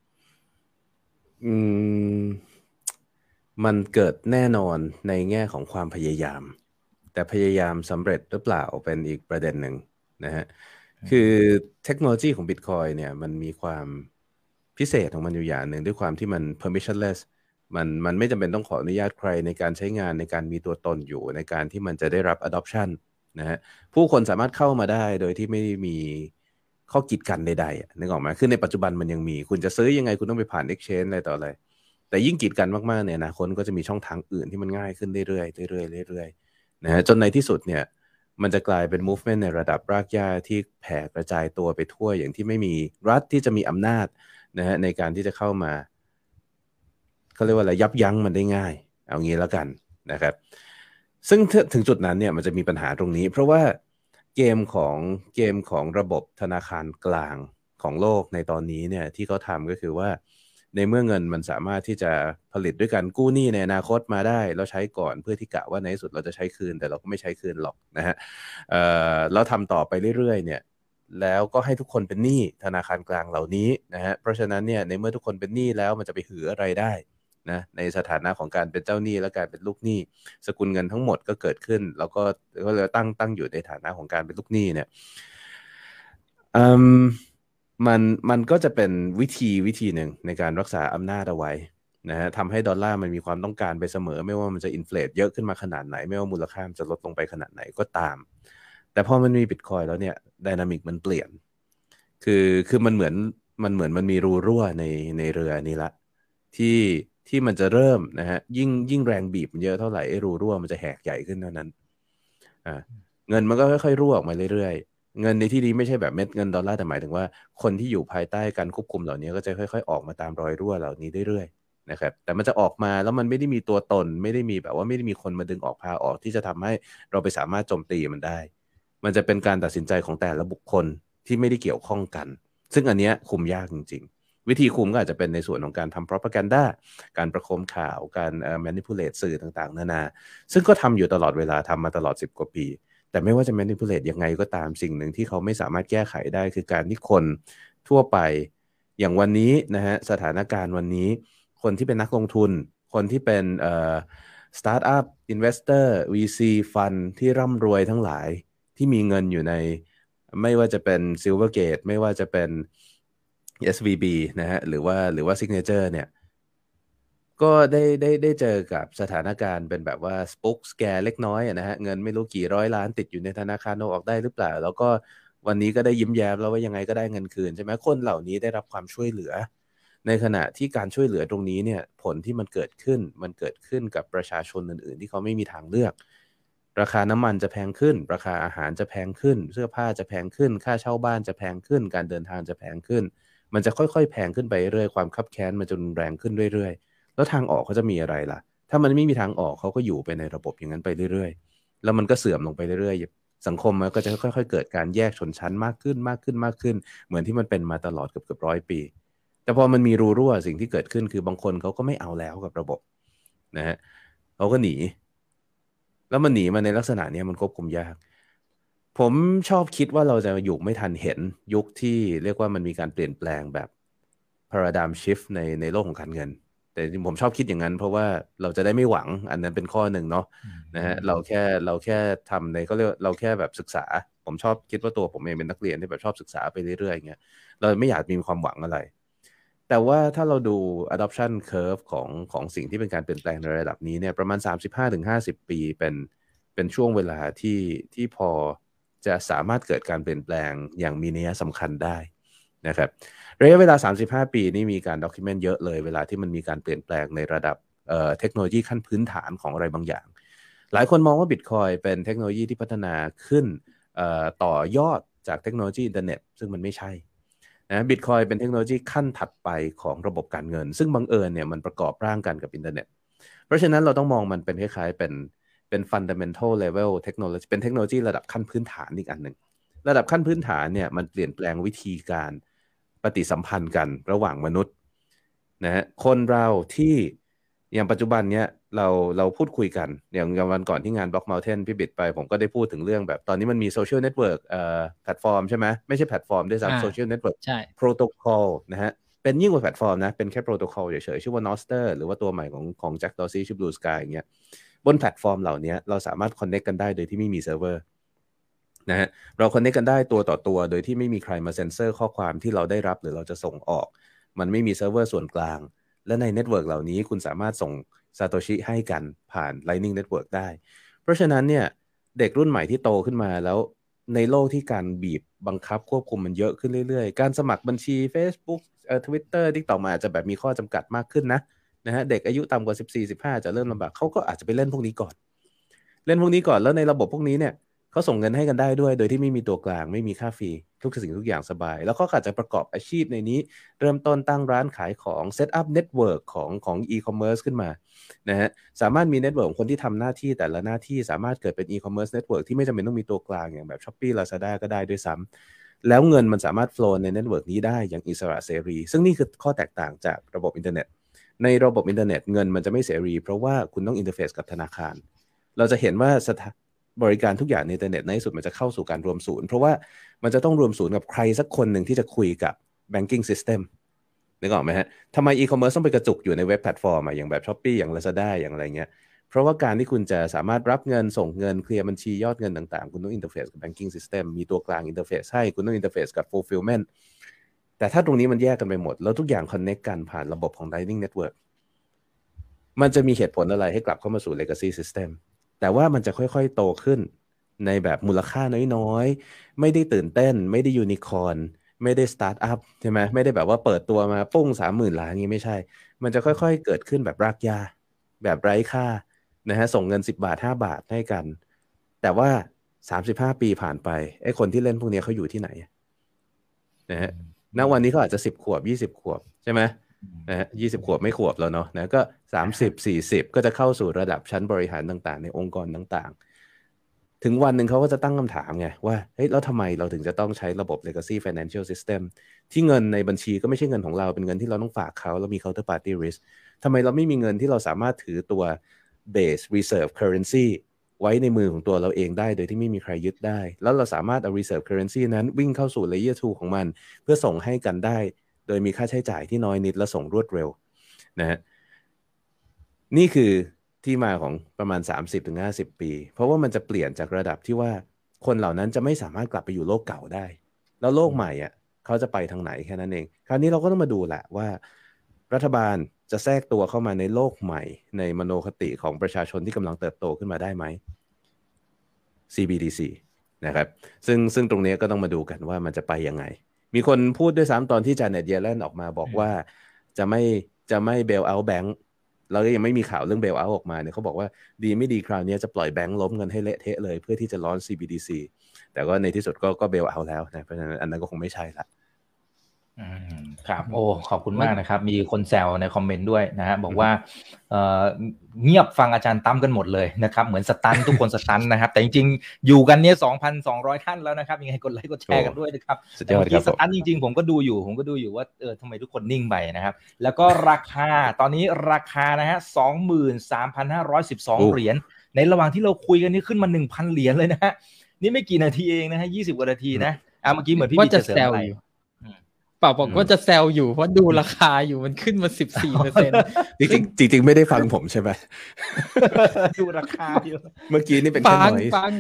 มันเกิดแน่นอนในแง่ของความพยายามแต่พยายามสำเร็จหรือเปล่าเป็นอีกประเด็นหนึ่งนะฮะคือเทคโนโลยีของ Bitcoin เนี่ยมันมีความพิเศษของมันอยู่อย่างหนึ่งด้วยความที่มัน permissionless มันไม่จำเป็นต้องขออนุญาตใครในการใช้งานในการมีตัวตนอยู่ในการที่มันจะได้รับ adoption นะฮะผู้คนสามารถเข้ามาได้โดยที่ไม่มีข้อกีดกันใดๆนึกออกไหมคือในปัจจุบันมันยังมีคุณจะซื้อยังไงคุณต้องไปผ่าน exchange อะไรต่ออะไรแต่ยิ่งกีดกันมากๆเนี่ยอนาคตก็จะมีช่องทางอื่นที่มันง่ายขึ้นเรื่อยๆเรื่อยๆเรื่อยๆนะฮะจนในที่สุดเนี่ยมันจะกลายเป็น movement ในระดับรากหญ้าที่แผ่กระจายตัวไปทั่วอย่างที่ไม่มีรัฐที่จะมีอำนาจนะฮะในการที่จะเข้ามาเขาเรียกว่าอะไรยับยั้งมันได้ง่ายเอางี้แล้วกันนะครับซึ่งถึงจุดนั้นเนี่ยมันจะมีปัญหาตรงนี้เพราะว่าเกมของระบบธนาคารกลางของโลกในตอนนี้เนี่ยที่เขาทำก็คือว่าในเมื่อเงินมันสามารถที่จะผลิตด้วยการกู้หนี้ในอนาคตมาได้แล้วใช้ก่อนเพื่อที่กะว่าในที่สุดเราจะใช้คืนแต่เราก็ไม่ใช้คืนหรอกนะฮะเราทำต่อไปเรื่อยๆเนี่ยแล้วก็ให้ทุกคนเป็นหนี้ธนาคารกลางเหล่านี้นะฮะเพราะฉะนั้นเนี่ยในเมื่อทุกคนเป็นหนี้แล้วมันจะไปหืออะไรได้นะในสถานะของการเป็นเจ้าหนี้และการเป็นลูกหนี้สกุลเงินทั้งหมดก็เกิดขึ้นแล้วก็เลยตั้งอยู่ในฐานะของการเป็นลูกหนี้เนี่ยมันก็จะเป็นวิธีหนึ่งในการรักษาอำนาจเอาไว้นะฮะทำให้ดอลลาร์มันมีความต้องการไปเสมอไม่ว่ามันจะอินเฟลตเยอะขึ้นมาขนาดไหนไม่ว่ามูลค่ามันจะลดลงไปขนาดไหนก็ตามแต่พอมันมีบิตคอยน์แล้วเนี่ยไดนามิกมันเปลี่ยนคือมันเหมือนมันมีรูรั่วในเรือนี้ละที่มันจะเริ่มนะฮะยิ่งแรงบีบมันเยอะเท่าไหร่ไอ้รูรั่วมันจะแหกใหญ่ขึ้นเท่านั้นเงินมันก็ค่อยๆรั่วออกมาเรื่อยๆเงินในที่นี้ไม่ใช่แบบเม็ดเงินดอลลาร์แต่หมายถึงว่าคนที่อยู่ภายใต้การควบคุมเหล่านี้ก็จะค่อยๆออกมาตามรอยรั่วเหล่านี้เรื่อยๆนะครับแต่มันจะออกมาแล้วมันไม่ได้มีตัวตนไม่ได้มีแบบว่าไม่ได้มีคนมาดึงออกพาออกที่จะทำให้เราไปสามารถโจมตีมันได้มันจะเป็นการตัดสินใจของแต่ละบุคคลที่ไม่ได้เกี่ยวข้องกันซึ่งอันเนี้ยคุมยากจริงๆวิธีคุมก็อาจจะเป็นในส่วนของการทำ propaganda การประโคมข่าวการmanipulate สื่อต่างๆนานาซึ่งก็ทำอยู่ตลอดเวลาทำมาตลอด10 กว่าปีแต่ไม่ว่าจะ manipulate ยังไงก็ตามสิ่งหนึ่งที่เขาไม่สามารถแก้ไขได้คือการที่คนทั่วไปอย่างวันนี้นะฮะสถานการณ์วันนี้คนที่เป็นนักลงทุนคนที่เป็นstartup investor VC fund ที่ร่ำรวยทั้งหลายที่มีเงินอยู่ในไม่ว่าจะเป็น Silvergate ไม่ว่าจะเป็น SVB นะฮะหรือว่า Signature เนี่ยก็ได้เจอกับสถานการณ์เป็นแบบว่าสปุกสแกร์เล็กน้อยนะฮะเงินไม่รู้กี่ร้อยล้านติดอยู่ในธนาคารเอาออกได้หรือเปล่าแล้วก็วันนี้ก็ได้ยิ้มแย้มแล้วว่ายังไงก็ได้เงินคืนใช่ไหมคนเหล่านี้ได้รับความช่วยเหลือในขณะที่การช่วยเหลือตรงนี้เนี่ยผลที่มันเกิดขึ้นกับประชาชนอื่นๆที่เขาไม่มีทางเลือกราคาน้ำมันจะแพงขึ้นราคาอาหารจะแพงขึ้นเสื้อผ้าจะแพงขึ้นค่าเช่าบ้านจะแพงขึ้นการเดินทางจะแพงขึ้นมันจะค่อยๆแพงขึ้นไปเรื่อยความคับแค้นมันจะรุนแรงขึ้นเรื่อยๆแล้วทางออกเขาจะมีอะไรล่ะถ้ามันไม่มีทางออกเขาก็อยู่ไปในระบบอย่างนั้นไปเรื่อยๆแล้วมันก็เสื่อมลงไปเรื่อยๆสังคมมันก็จะค่อยๆเกิดการแยกชนชั้นมากขึ้นเหมือนที่มันเป็นมาตลอดเกือบ100 ปีแต่พอมันมีรูรั่วสิ่งที่เกิดขึ้นคือบางคนเขาก็ไม่เอาแล้วกับระบบนะฮะเขาก็หนีแล้วมันหนีมาในลักษณะนี้มันควบคุมยากผมชอบคิดว่าเราจะอยู่ไม่ทันเห็นยุคที่เรียกว่ามันมีการเปลี่ยนแปลงแบบ paradigm shift ในโลกของการเงินแต่ผมชอบคิดอย่างนั้นเพราะว่าเราจะได้ไม่หวังอันนั้นเป็นข้อหนึ่งเนาะนะฮะเราแค่ทำในก็เรียกเราแค่แบบศึกษาผมชอบคิดว่าตัวผมเองเป็นนักเรียนที่แบบชอบศึกษาไปเรื่อยๆอย่างเงี้ยเราไม่อยากมีความหวังอะไรแต่ว่าถ้าเราดู adoption curve ของสิ่งที่เป็นการเปลี่ยนแปลงในระดับนี้เนี่ยประมาณ 35-50 ปีเป็นช่วงเวลาที่พอจะสามารถเกิดการเปลี่ยนแปลงอย่างมีนัยสำคัญได้นะครับระยะเวลา35 ปีนี่มีการ document เยอะเลยเวลาที่มันมีการเปลี่ยนแปลงในระดับเทคโนโลยีขั้นพื้นฐานของอะไรบางอย่างหลายคนมองว่า Bitcoin เป็นเทคโนโลยีที่พัฒนาขึ้นต่อยอดจากเทคโนโลยีอินเทอร์เน็ตซึ่งมันไม่ใช่นะBitcoin เป็นเทคโนโลยีขั้นถัดไปของระบบการเงินซึ่งบังเอิญเนี่ยมันประกอบร่างกันกับอินเทอร์เน็ตเพราะฉะนั้นเราต้องมองมันเป็นคล้ายๆเป็น fundamental level technology เป็นเทคโนโลยีระดับขั้นพื้นฐานอีกอันหนึ่งระดับขั้นพื้นฐานเนี่ยมันเปลี่ยนแปลงวิธีการปฏิสัมพันธ์กันระหว่างมนุษย์นะฮะคนเราที่อย่างปัจจุบันเนี้ยเราพูดคุยกันอย่างวันก่อนที่งาน Block Mountain พี่บิดไปผมก็ได้พูดถึงเรื่องแบบตอนนี้มันมีโซเชียลเน็ตเวิร์กแพลตฟอร์มใช่ไหมไม่ใช่แพลตฟอร์มด้วยซ้ำโซเชียลเน็ตเวิร์กโปรโตคอลนะฮะเป็นยิ่งกว่าแพลตฟอร์มนะเป็นแค่โปรโตคอลเฉยๆชื่อว่า Nostr หรือว่าตัวใหม่ของ Jack Dorsey ชื่อ Blue Sky อย่างเงี้ยบนแพลตฟอร์มเหล่านี้เราสามารถคอนเนคกันได้โดยที่ไม่มีเซิร์ฟเวอร์นะฮะเราคอนเนคกันได้ตัวต่อตัวโดยที่ไม่มีใครมาเซ็นเซอร์ข้อความที่เราได้รับหรือเราจะส่งออกมันไม่มีเซิร์ฟเวอร์ส่วนกลางและในเน็ตเวิร์กเหล่านี้คุณสามารถส่งซาโตชิให้กันผ่าน Lightning Network ได้เพราะฉะนั้นเนี่ยเด็กรุ่นใหม่ที่โตขึ้นมาแล้วในโลกที่การบีบบังคับควบคุมมันเยอะขึ้นเรื่อยๆการสมัครบัญชี Facebook Twitter TikTok มาอาจจะแบบมีข้อจำกัดมากขึ้นนะฮะเด็กอายุต่ำกว่า14-15จะเริ่มลำบากเขาก็อาจจะไปเล่นพวกนี้ก่อนแล้วในระบบพวกนี้เนี่ยเขาส่งเงินให้กันได้ด้วยโดยที่ไม่มีตัวกลางไม่มีค่าฟรีทุกสิ่งทุกอย่างสบายแล้วก็อาจจะประกอบอาชีพในนี้เริ่มต้นตั้งร้านขายของเซตอัพเน็ตเวิร์กของอีคอมเมิร์ซขึ้นมานะฮะสามารถมีเน็ตเวิร์กของคนที่ทำหน้าที่แต่ละหน้าที่สามารถเกิดเป็นอีคอมเมิร์ซเน็ตเวิร์กที่ไม่จำเป็นต้องมีตัวกลางอย่างแบบ Shopee Lazada ก็ได้ด้วยซ้ำแล้วเงินมันสามารถโฟลว์ในเน็ตเวิร์กนี้ได้อย่างอิสระเสรีซึ่งนี่คือข้อแตกต่างจากระบบอินเทอร์เน็ตในระบบอินเทอร์เน็ตเงินมันจะไม่เสรีเพราะว่าคุณต้องอินเทอร์เฟซกับธนาคารเราจะเห็นว่าบริการทุกอย่างในอินเทอร์เน็ตในที่สุดมันจะเข้าสู่การรวมศูนย์เพราะว่ามันจะต้องรวมศูนย์กับใครสักคนหนึ่งที่จะคุยกับ banking system นึกออกไหมฮะทำไม e-commerce ต้องไปกระจุกอยู่ในเว็บแพลตฟอร์มอย่างแบบ Shopee อย่าง Lazada อย่างอะไรเงี้ยเพราะว่าการที่คุณจะสามารถรับเงินส่งเงินเคลียร์บัญชียอดเงินต่างๆคุณต้องอินเทอร์เฟซกับ banking system มีตัวกลางอินเทอร์เฟซให้คุณต้องอินเทอร์เฟซกับ fulfillment แต่ถ้าตรงนี้มันแยกกันไปหมดแล้วทุกอย่าง connect กันผ่านระบบของ Lightning Network มันจะมีเหตุผลอะไรให้กลับเข้ามาสู่ legacy system แต่ว่ามันจะค่อยๆโตขึ้นในแบบมูลค่าน้อยๆไม่ได้ตื่นเต้นไม่ได้ยูนิคอร์นไม่ได้สตาร์ทอัพใช่ไหมไม่ได้แบบว่าเปิดตัวมาปุ้ง 30,000 ล้านงี้ไม่ใช่มันจะค่อยๆเกิดขึ้นแบบรากหญ้าแบบไร้ค่านะฮะส่งเงิน10 บาท 5 บาทให้กันแต่ว่า35 ปีผ่านไปไอ้คนที่เล่นพวกนี้เขาอยู่ที่ไหนนะฮะณวันนี้เขาอาจจะ10 ขวบ20 ขวบใช่ไหมนะฮะ20 ขวบไม่ขวบแล้วเนาะนะก็30-40ก็จะเข้าสู่ระดับชั้นบริหารต่างๆในองค์กรต่างๆถึงวันหนึ่งเขาก็จะตั้งคำถามไงว่าเฮ้ยแล้วทำไมเราถึงจะต้องใช้ระบบ legacy financial system ที่เงินในบัญชีก็ไม่ใช่เงินของเราเป็นเงินที่เราต้องฝากเขาแล้วมี counterparty risk ทำไมเราไม่มีเงินที่เราสามารถถือตัว base reserve currency ไว้ในมือของตัวเราเองได้โดยที่ไม่มีใครยึดได้แล้วเราสามารถเอา reserve currency นั้นวิ่งเข้าสู่ layer 2 ของมันเพื่อส่งให้กันได้โดยมีค่าใช้จ่ายที่น้อยนิดและส่งรวดเร็วนะฮะนี่คือที่มาของประมาณ 30-50 ปีเพราะว่ามันจะเปลี่ยนจากระดับที่ว่าคนเหล่านั้นจะไม่สามารถกลับไปอยู่โลกเก่าได้แล้วโลกใหม่อ่ะเขาจะไปทางไหนแค่นั้นเองคราวนี้เราก็ต้องมาดูแหละว่ารัฐบาลจะแทรกตัวเข้ามาในโลกใหม่ในมโนคติของประชาชนที่กำลังเติบโตขึ้นมาได้ไหม CBDC นะครับซึ่งตรงนี้ก็ต้องมาดูกันว่ามันจะไปยังไงมีคนพูดด้วยซ้ำตอนที่จาเน็ตเยเลนออกมาบอกว่าจะไม่เบลเอาท์แบงค์เราก็ยังไม่มีข่าวเรื่องเบลเอาท์ออกมาเนี่ยเขาบอกว่าดีไม่ดีคราวนี้จะปล่อยแบงค์ล้มเงินให้เละเทะเลยเพื่อที่จะลอน CBDC แต่ก็ในที่สุดก็เบลเอาท์แล้วนะเพราะฉะนั้นอันนั้นก็คงไม่ใช่ละครับโอ้ขอบคุณมากนะครับมีคนแซวในคอมเมนต์ด้วยนะฮะบอกว่าเงียบฟังอาจารย์ตั้มกันหมดเลยนะครับเหมือนสตันทุกคนสตันนะครับแต่จริงๆอยู่กันเนี่ย 2,200 ท่านแล้วนะครับยังไงกดไลค์กดแชร์กันด้วยนะครับแต่เมื่อกี้สตันจริงๆผมก็ดูอยู่ว่าทำไมทุกคนนิ่งไปนะครับแล้วก็ราคาตอนนี้ราคานะฮะ 23,512 เหรียญในระหว่างที่เราคุยกันนี่ขึ้นมา 1,000 เหรียญเลยนะฮะนี่ไม่กี่นาทีเองนะฮะ20 กว่านาทีนะเมื่อกี้เหมือนพี่จะแซวอยู่เปล่าบอกว่าจะแซวอยู่เพราะดูราคาอยู่มันขึ้นมา 14% จริงไม่ได้ฟังผมใช่ไหมดูราคาอยู่เมื่อกี้นี่เป็นแค่น้อยฟัง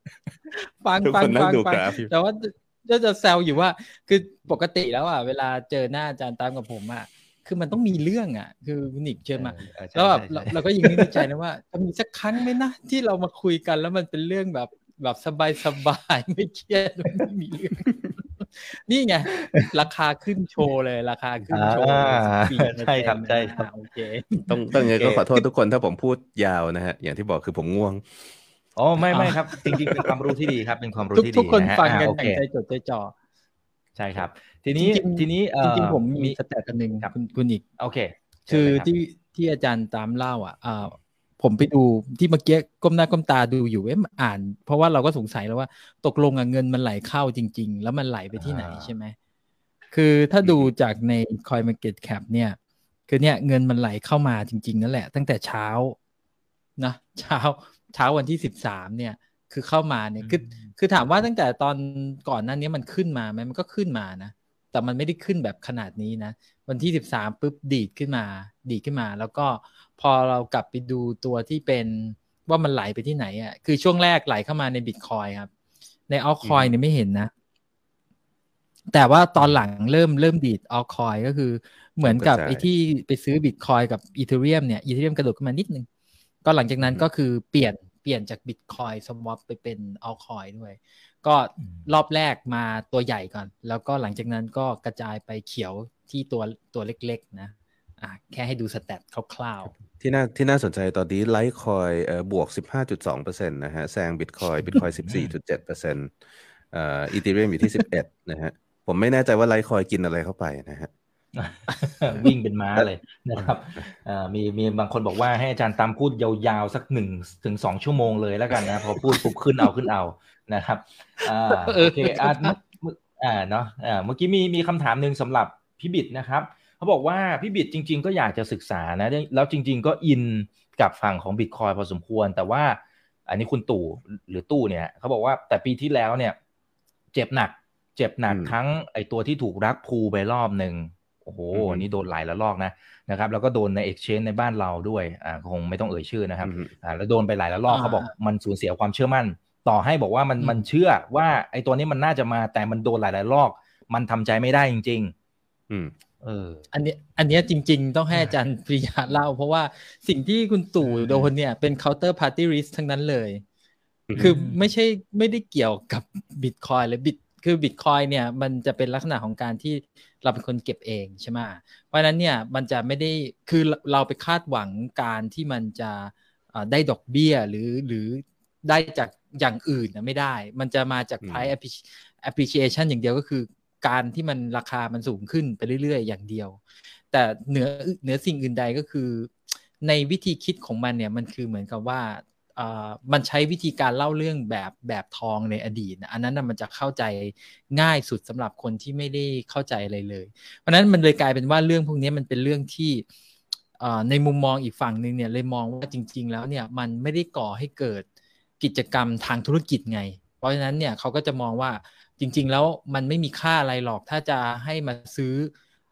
แต่ว่าจะแซวอยู่ว่าคือปกติแล้วอ่ะเวลาเจอหน้าอาจารย์ตามกับผมอ่ะคือมันต้องมีเรื่องอ่ะคือนิกเชิญมาแล้วแบบเราก็ยังนึกในใจนะว่าจะมีสักครั้งไหมนะที่เรามาคุยกันแล้วมันเป็นเรื่องแบบสบายไม่เครียดไม่มีเรื่องนี่ไงราคาขึ้นโชว์เลยราคาขึ้นโชว์ใช่ครับโอเคต้องไงก็ขอโทษทุกคนถ้าผมพูดยาวนะฮะอย่างที่บอกคือผมง่วงอ๋อไม่ครับจริงๆเป็นความรู้ที่ดีครับเป็นความรู้ที่ดีทุกคนฟังกันใจจดใจจ่อใช่ครับทีนี้จริงๆผมมีสแตทอันนึงคุณอีกโอเคคือที่อาจารย์ตามเล่าผมไปดูที่เมื่อกี้ก้มหน้าก้มตาดูอยู่อ่านเพราะว่าเราก็สงสัยแล้วว่าตกลงเงินมันไหลเข้าจริงๆแล้วมันไหลไปที่ไหนใช่ไหมคือถ้าดูจากใน CoinMarketCap เนี่ยคือเนี่ยเงินมันไหลเข้ามาจริงๆนั่นแหละตั้งแต่เช้านะเช้าวันที่13เนี่ยคือเข้ามาเนี่ยคือถามว่าตั้งแต่ตอนก่อนนั้นนี้มันขึ้นมาไหมมันก็ขึ้นมานะแต่มันไม่ได้ขึ้นแบบขนาดนี้นะวันที่13ปุ๊บดีดขึ้นมาแล้วก็พอเรากลับไปดูตัวที่เป็นว่ามันไหลไปที่ไหนอ่ะคือช่วงแรกไหลเข้ามาใน Bitcoin ครับใน Altcoin เนี่ยไม่เห็นนะแต่ว่าตอนหลังเริ่มดีด Altcoin ก็คือเหมือนกับไอ้ที่ไปซื้อ Bitcoin กับ Ethereum เนี่ย Ethereum กระโดดขึ้นมานิดนึงก็หลังจากนั้นก็คือเปลี่เปลี่ยนจาก Bitcoin swap ไปเป็น altcoin ด้วยก็รอบแรกมาตัวใหญ่ก่อนแล้วก็หลังจากนั้นก็กระจายไปเขียวที่ตัวเล็กๆนะแค่ให้ดูสแตทคร่าวๆที่น่าสนใจตอนนี้ Litecoin บวก 15.2% นะฮะแซง Bitcoin 14.7%Ethereum อยู่ที่11นะฮะผมไม่แน่ใจว่า Litecoin กินอะไรเข้าไปนะฮะวิ่งเป็นม้าเลยนะครับมีบางคนบอกว่าให้อาจารย์ตามพูดยาวๆสัก1 ถึง 2 ชั่วโมงเลยแล้วกันนะพอพูดปุ๊บขึ้นเอานะครับโอเคเนาะเมื่อกี้มีคำถามนึงสำหรับพี่บิดนะครับเขาบอกว่าพี่บิดจริงๆก็อยากจะศึกษานะแล้วจริงๆก็อินกับฝั่งของ Bitcoin พอสมควรแต่ว่าอันนี้คุณตู่หรือตู้เนี่ยเขาบอกว่าแต่ปีที่แล้วเนี่ยเจ็บหนักทั้งไอตัวที่ถูกรักพูไปรอบนึงโอ้โหนี่โดนหลายระลอกนะครับแล้วก็โดนใน exchange ในบ้านเราด้วยคงไม่ต้องเอ่ยชื่อนะครับแล้วโดนไปหลายระลอกเขาบอกมันสูญเสียความเชื่อมั่นต่อให้บอกว่ามันเชื่อว่าไอ้ตัวนี้มันน่าจะมาแต่มันโดนหลายๆรอบมันทำใจไม่ได้จริงอันนี้จริงๆต้องให้อาจารย์ปริยาเล่าเพราะว่าสิ่งที่คุณตู่โดนเนี่ยเป็น counter party risk ทั้งนั้นเลยคือไม่ได้เกี่ยวกับ Bitcoin เลยคือ Bitcoin เนี่ยมันจะเป็นลักษณะของการที่เราเป็นคนเก็บเองใช่ไหมเพราะฉะนั้นเนี่ยมันจะไม่ได้คือเราไปคาดหวังการที่มันจะได้ดอกเบี้ยหรือได้จากอย่างอื่นนะไม่ได้มันจะมาจาก price appreciation อย่างเดียวก็คือการที่มันราคามันสูงขึ้นไปเรื่อยๆอย่างเดียวแต่เหนือสิ่งอื่นใดก็คือในวิธีคิดของมันเนี่ยมันคือเหมือนกับว่ามันใช้วิธีการเล่าเรื่องแบบทองในอดีตอันนั้นมันจะเข้าใจง่ายสุดสำหรับคนที่ไม่ได้เข้าใจอะไรเลยเพราะนั้นมันเลยกลายเป็นว่าเรื่องพวกนี้มันเป็นเรื่องที่ในมุมมองอีกฝั่งนึงเนี่ยเลยมองว่าจริงๆแล้วเนี่ยมันไม่ได้ก่อให้เกิดกิจกรรมทางธุรกิจไงเพราะฉะนั้นเนี่ยเขาก็จะมองว่าจริงๆแล้วมันไม่มีค่าอะไรหรอกถ้าจะให้มาซื้อ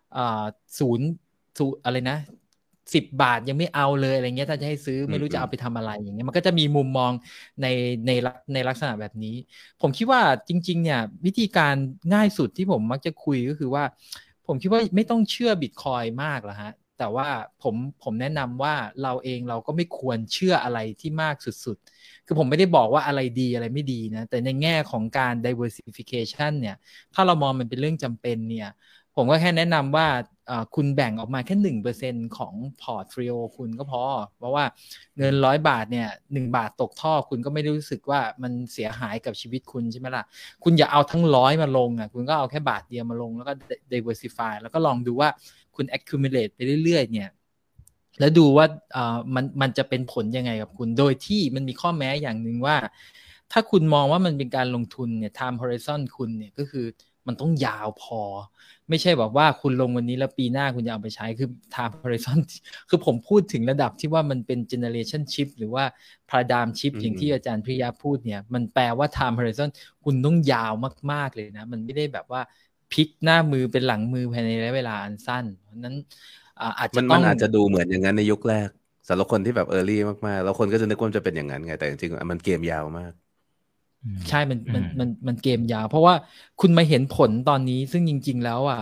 อะไรนะ10 บาทยังไม่เอาเลยอะไรเงี้ยถ้าจะให้ซื้อไม่รู้จะเอาไปทำอะไรอย่างเงี้ยมันก็จะมีมุมมองในลักษณะแบบนี้ผมคิดว่าจริงๆเนี่ยวิธีการง่ายสุดที่ผมมักจะคุยก็คือว่าผมคิดว่าไม่ต้องเชื่อ Bitcoin มากหรอกฮะแต่ว่าผมแนะนำว่าเราก็ไม่ควรเชื่ออะไรที่มากสุดๆคือผมไม่ได้บอกว่าอะไรดีอะไรไม่ดีนะแต่ในแง่ของการ diversification เนี่ยถ้าเรามองมันเป็นเรื่องจำเป็นเนี่ยผมก็แค่แนะนำว่าคุณแบ่งออกมาแค่ 1% ของพอร์ตโฟลิโอคุณก็พอเพราะว่าเงิน100 บาทเนี่ย1 บาทตกท่อคุณก็ไม่ได้รู้สึกว่ามันเสียหายกับชีวิตคุณใช่ไหมล่ะคุณอย่าเอาทั้ง100มาลงคุณก็เอาแค่บาทเดียวมาลงแล้วก็ diversify แล้วก็ลองดูว่าคุณ accumulate ไปเรื่อยๆเนี่ยแล้วดูว่ามันจะเป็นผลยังไงกับคุณโดยที่มันมีข้อแม้อย่างนึงว่าถ้าคุณมองว่ามันเป็นการลงทุนเนี่ย time horizon คุณเนี่ยก็คือมันต้องยาวพอไม่ใช่แบบว่าคุณลงวันนี้แล้วปีหน้าคุณจะเอาไปใช้คือ time horizon คือผมพูดถึงระดับที่ว่ามันเป็น generation shift หรือว่า paradigm shift อย่างที่อาจารย์พิยาพูดเนี่ยมันแปลว่า time horizon คุณต้องยาวมากๆเลยนะมันไม่ได้แบบว่าพลิกหน้ามือเป็นหลังมือภายในระยะเวลาอันสั้นเพราะนั้นอาจจะต้องมันอาจจะดูเหมือนอย่างนั้นในยุคแรกสำหรับคนที่แบบ early มากๆแล้วคนก็จะนึกว่าจะเป็นอย่างนั้นไงแต่จริงๆมันเกมยาวมากใช่มันเกมยาวเพราะว่าคุณมาเห็นผลตอนนี้ซึ่งจริงๆแล้ว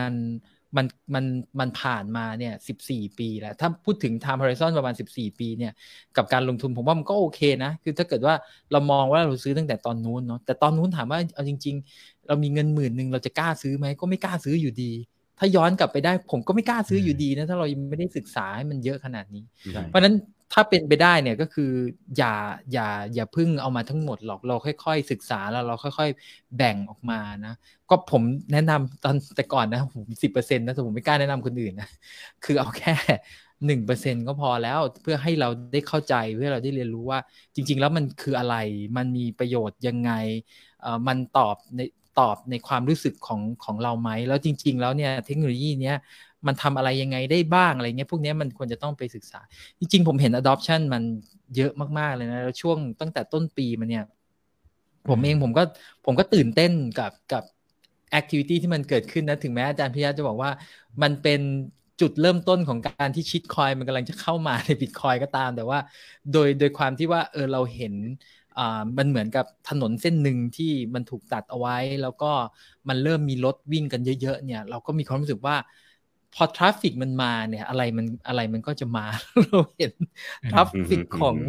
มันผ่านมาเนี่ย14 ปีแล้วถ้าพูดถึง time horizon ประมาณ14 ปีเนี่ยกับการลงทุนผมว่ามันก็โอเคนะคือถ้าเกิดว่าเรามองว่าเราซื้อตั้งแต่ตอนนู้นเนาะแต่ตอนนู้นถามว่าเอาจริงๆเรามีเงิน10,000เราจะกล้าซื้อไหมก็ไม่กล้าซื้ออยู่ดีถ้าย้อนกลับไปได้ผมก็ไม่กล้าซื้ออยู่ดีนะถ้าเรายังไม่ได้ศึกษาให้มันเยอะขนาดนี้เพราะนั้นถ้าเป็นไปได้เนี่ยก็คืออย่าพึ่งเอามาทั้งหมดหรอกเราค่อยๆศึกษาแล้วเราค่อยๆแบ่งออกมานะก็ผมแนะนำตอนแต่ก่อนนะผม 10% นะแต่ผมไม่กล้าแนะนำคนอื่นนะคือเอาแค่ 1% ก็พอแล้วเพื่อให้เราได้เข้าใจเพื่อเราได้เรียนรู้ว่าจริงๆแล้วมันคืออะไรมันมีประโยชน์ยังไงมันตอบในความรู้สึกของเราไหมแล้วจริงๆแล้วเนี่ยเทคโนโลยีเนี้ยมันทำอะไรยังไงได้บ้างอะไรเงี้ยพวกนี้มันควรจะต้องไปศึกษาจริงๆผมเห็น adoption มันเยอะมากๆเลยนะแล้วช่วงตั้งแต่ต้นปีมาเนี่ยผมก็ตื่นเต้นกับ activity ที่มันเกิดขึ้นนะถึงแม้อาจารย์พิยะจะบอกว่ามันเป็นจุดเริ่มต้นของการที่ชิตคอยมันกำลังจะเข้ามาใน Bitcoin ก็ตามแต่ว่าโดยความที่ว่าเราเห็นมันเหมือนกับถนนเส้นหนึ่งที่มันถูกตัดเอาไว้แล้วก็มันเริ่มมีรถวิ่งกันเยอะๆเนี่ยเราก็มีความรู้สึกว่าพอทราฟฟิกมันมาเนี่ยอะไรมันก็จะมา เราเห็นทราฟฟิกของ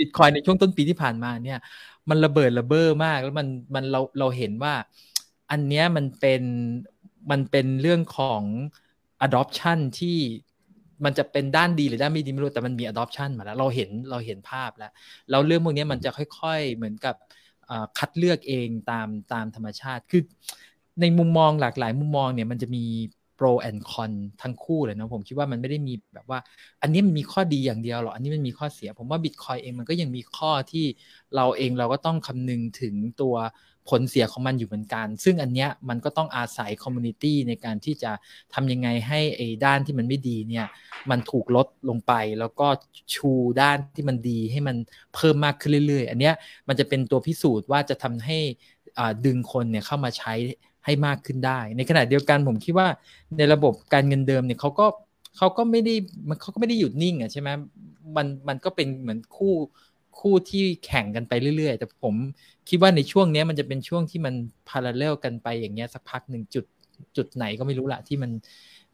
Bitcoin ในช่วงต้นปีที่ผ่านมาเนี่ยมันระเบิดระเบ้อมากแล้วมันเราเห็นว่าอันเนี้ยมันเป็นเรื่องของ adoption ที่มันจะเป็นด้านดีหรือด้านไม่ดีไม่รู้แต่มันมี adoption มาแล้วเราเห็นภาพแล้วเรื่องพวกนี้มันจะค่อยๆเหมือนกับคัดเลือกเองตามธรรมชาติคือในมุมมองหลากหลายมุมมองเนี่ยมันจะมี pro and con ทั้งคู่เลยนะผมคิดว่ามันไม่ได้มีแบบว่าอันนี้มันมีข้อดีอย่างเดียวหรอกอันนี้มันมีข้อเสียผมว่า Bitcoin เองมันก็ยังมีข้อที่เราก็ต้องคำนึงถึงตัวผลเสียของมันอยู่เหมือนกันซึ่งอันเนี้ยมันก็ต้องอาศัยคอมมูนิตี้ในการที่จะทำยังไงให้ไอ้ด้านที่มันไม่ดีเนี่ยมันถูกลดลงไปแล้วก็ชูด้านที่มันดีให้มันเพิ่มมากขึ้นเรื่อยๆอันเนี้ยมันจะเป็นตัวพิสูจน์ว่าจะทำให้ดึงคนเนี่ยเข้ามาใช้ให้มากขึ้นได้ในขณะเดียวกันผมคิดว่าในระบบการเงินเดิมเนี่ยเขาก็ไม่ได้หยุดนิ่งอ่ะใช่ไหมมันก็เป็นเหมือนคู่ที่แข่งกันไปเรื่อยๆแต่ผมคิดว่าในช่วงนี้มันจะเป็นช่วงที่มันพาราเรลกันไปอย่างเงี้ยสักพักหนึ่งจุดไหนก็ไม่รู้ละที่มัน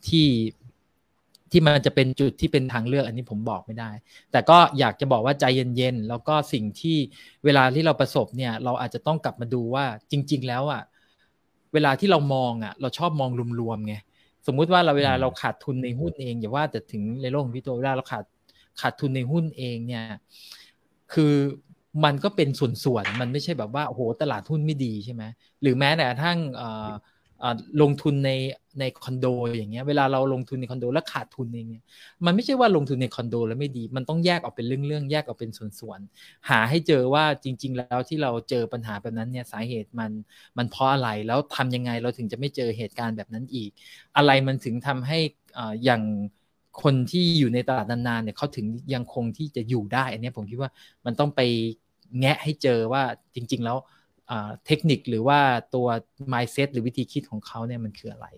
จะเป็นจุดที่เป็นทางเลือกอันนี้ผมบอกไม่ได้แต่ก็อยากจะบอกว่าใจเย็นๆแล้วก็สิ่งที่เวลาที่เราประสบเนี่ยเราอาจจะต้องกลับมาดูว่าจริงๆแล้วอ่ะเวลาที่เรามองอ่ะเราชอบมองรวมๆไงสมมุติว่าเวลาเราขาดทุนในหุ้นเองอย่าว่าแต่ถึงในโลกของพี่โตเวลาเราขาดทุนในหุ้นเองเนี่ยคือมันก็เป็นส่วนๆมันไม่ใช่แบบว่าโอ้โหตลาดหุ้นไม่ดีใช่ไหมหรือแม้แต่กระทั่งลงทุนในคอนโดอย่างเงี้ยเวลาเราลงทุนในคอนโดแล้วขาดทุนเองเนี่ยมันไม่ใช่ว่าลงทุนในคอนโดแล้วไม่ดีมันต้องแยกออกเป็นเรื่องแยกออกเป็นส่วนๆหาให้เจอว่าจริงๆแล้วที่เราเจอปัญหาแบบนั้นเนี่ยสาเหตุมันเพราะอะไรแล้วทำยังไงเราถึงจะไม่เจอเหตุการณ์แบบนั้นอีกอะไรมันถึงทำให้อย่างคนที่อยู่ในตลาดนานๆเนี่ยเขาถึงยังคงที่จะอยู่ได้อันนี้ผมคิดว่ามันต้องไปแงะให้เจอว่าจริงๆแล้วเทคนิคหรือว่าตัว mindset หรือวิธีคิดของเขาเนี่ยมันคืออะไร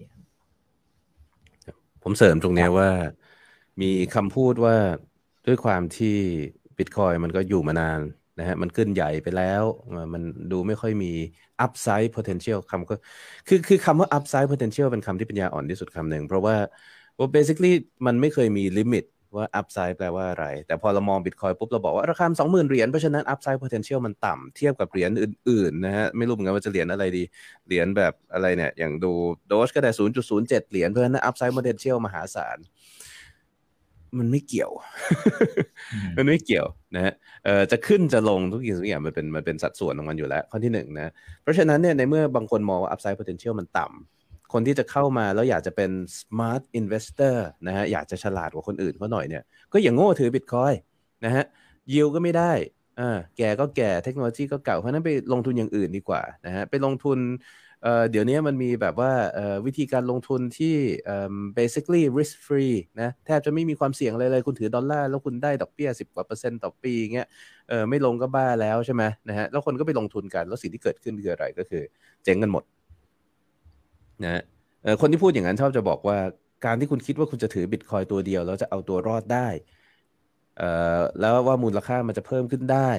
ผมเสริมตรงนี้ว่ามีคำพูดว่าด้วยความที่ Bitcoin มันก็อยู่มานานนะฮะมันขึ้นใหญ่ไปแล้วมันดูไม่ค่อยมี upside potential คำก็คือคำว่า upside potential เป็นคำที่ปัญญาอ่อนที่สุดคำหนึ่งเพราะว่า basically มันไม่เคยมี limit ว่า upside แปลว่าอะไรแต่พอเรามอง Bitcoin ปุ๊บเราบอกว่าราคา 20,000 เหรียญเพราะฉะนั้น upside potential มันต่ำเทียบกับเหรียญอื่นๆนะฮะไม่รู้เหมือนกันว่าจะเหรียญอะไรดีเหรียญแบบอะไรเนี่ยอย่างดู Doge ก็ได้ 0.07 เหรียญเพราะฉะนั้น upside potential มหาศาลมันไม่เกี่ยว มันไม่เกี่ยวนะฮะจะขึ้นจะลงทุกอย่างมันเป็นสัดส่วนของมันอยู่แล้วข้อที่1นะเพราะฉะนั้นเนี่ยในเมื่อบางคนมองว่า upside potential มันต่ำคนที่จะเข้ามาแล้วอยากจะเป็น smart investor นะฮะอยากจะฉลาดกว่าคนอื่นเขาหน่อยเนี่ยก็อย่างโง่ถือ Bitcoin นะฮะ yield ก็ไม่ได้แก่ก็แก่เทคโนโลยีก็เก่าเพราะนั้นไปลงทุนอย่างอื่นดีกว่านะฮะไปลงทุนเดี๋ยวนี้มันมีแบบว่าวิธีการลงทุนที่basically risk free นะแทบจะไม่มีความเสี่ยงอะไรเลยคุณถือดอลลาร์แล้วคุณได้ดอกเบี้ย10%ต่อปีเงี้ยไม่ลงก็บ้าแล้วใช่ไหมนะฮะแล้วคนก็ไปลงทุนกันแล้วสิ่งที่เกิดขึ้นคืออะไรก็คือเจ๊งกันหมดนะคนที่พูดอย่างนั้นชอบจะบอกว่าการที่คุณคิดว่าคุณจะถือ Bitcoin ตัวเดียวแล้วจะเอาตัวรอดได้แล้วว่ามูลค่ามันจะเพิ่มขึ้นได้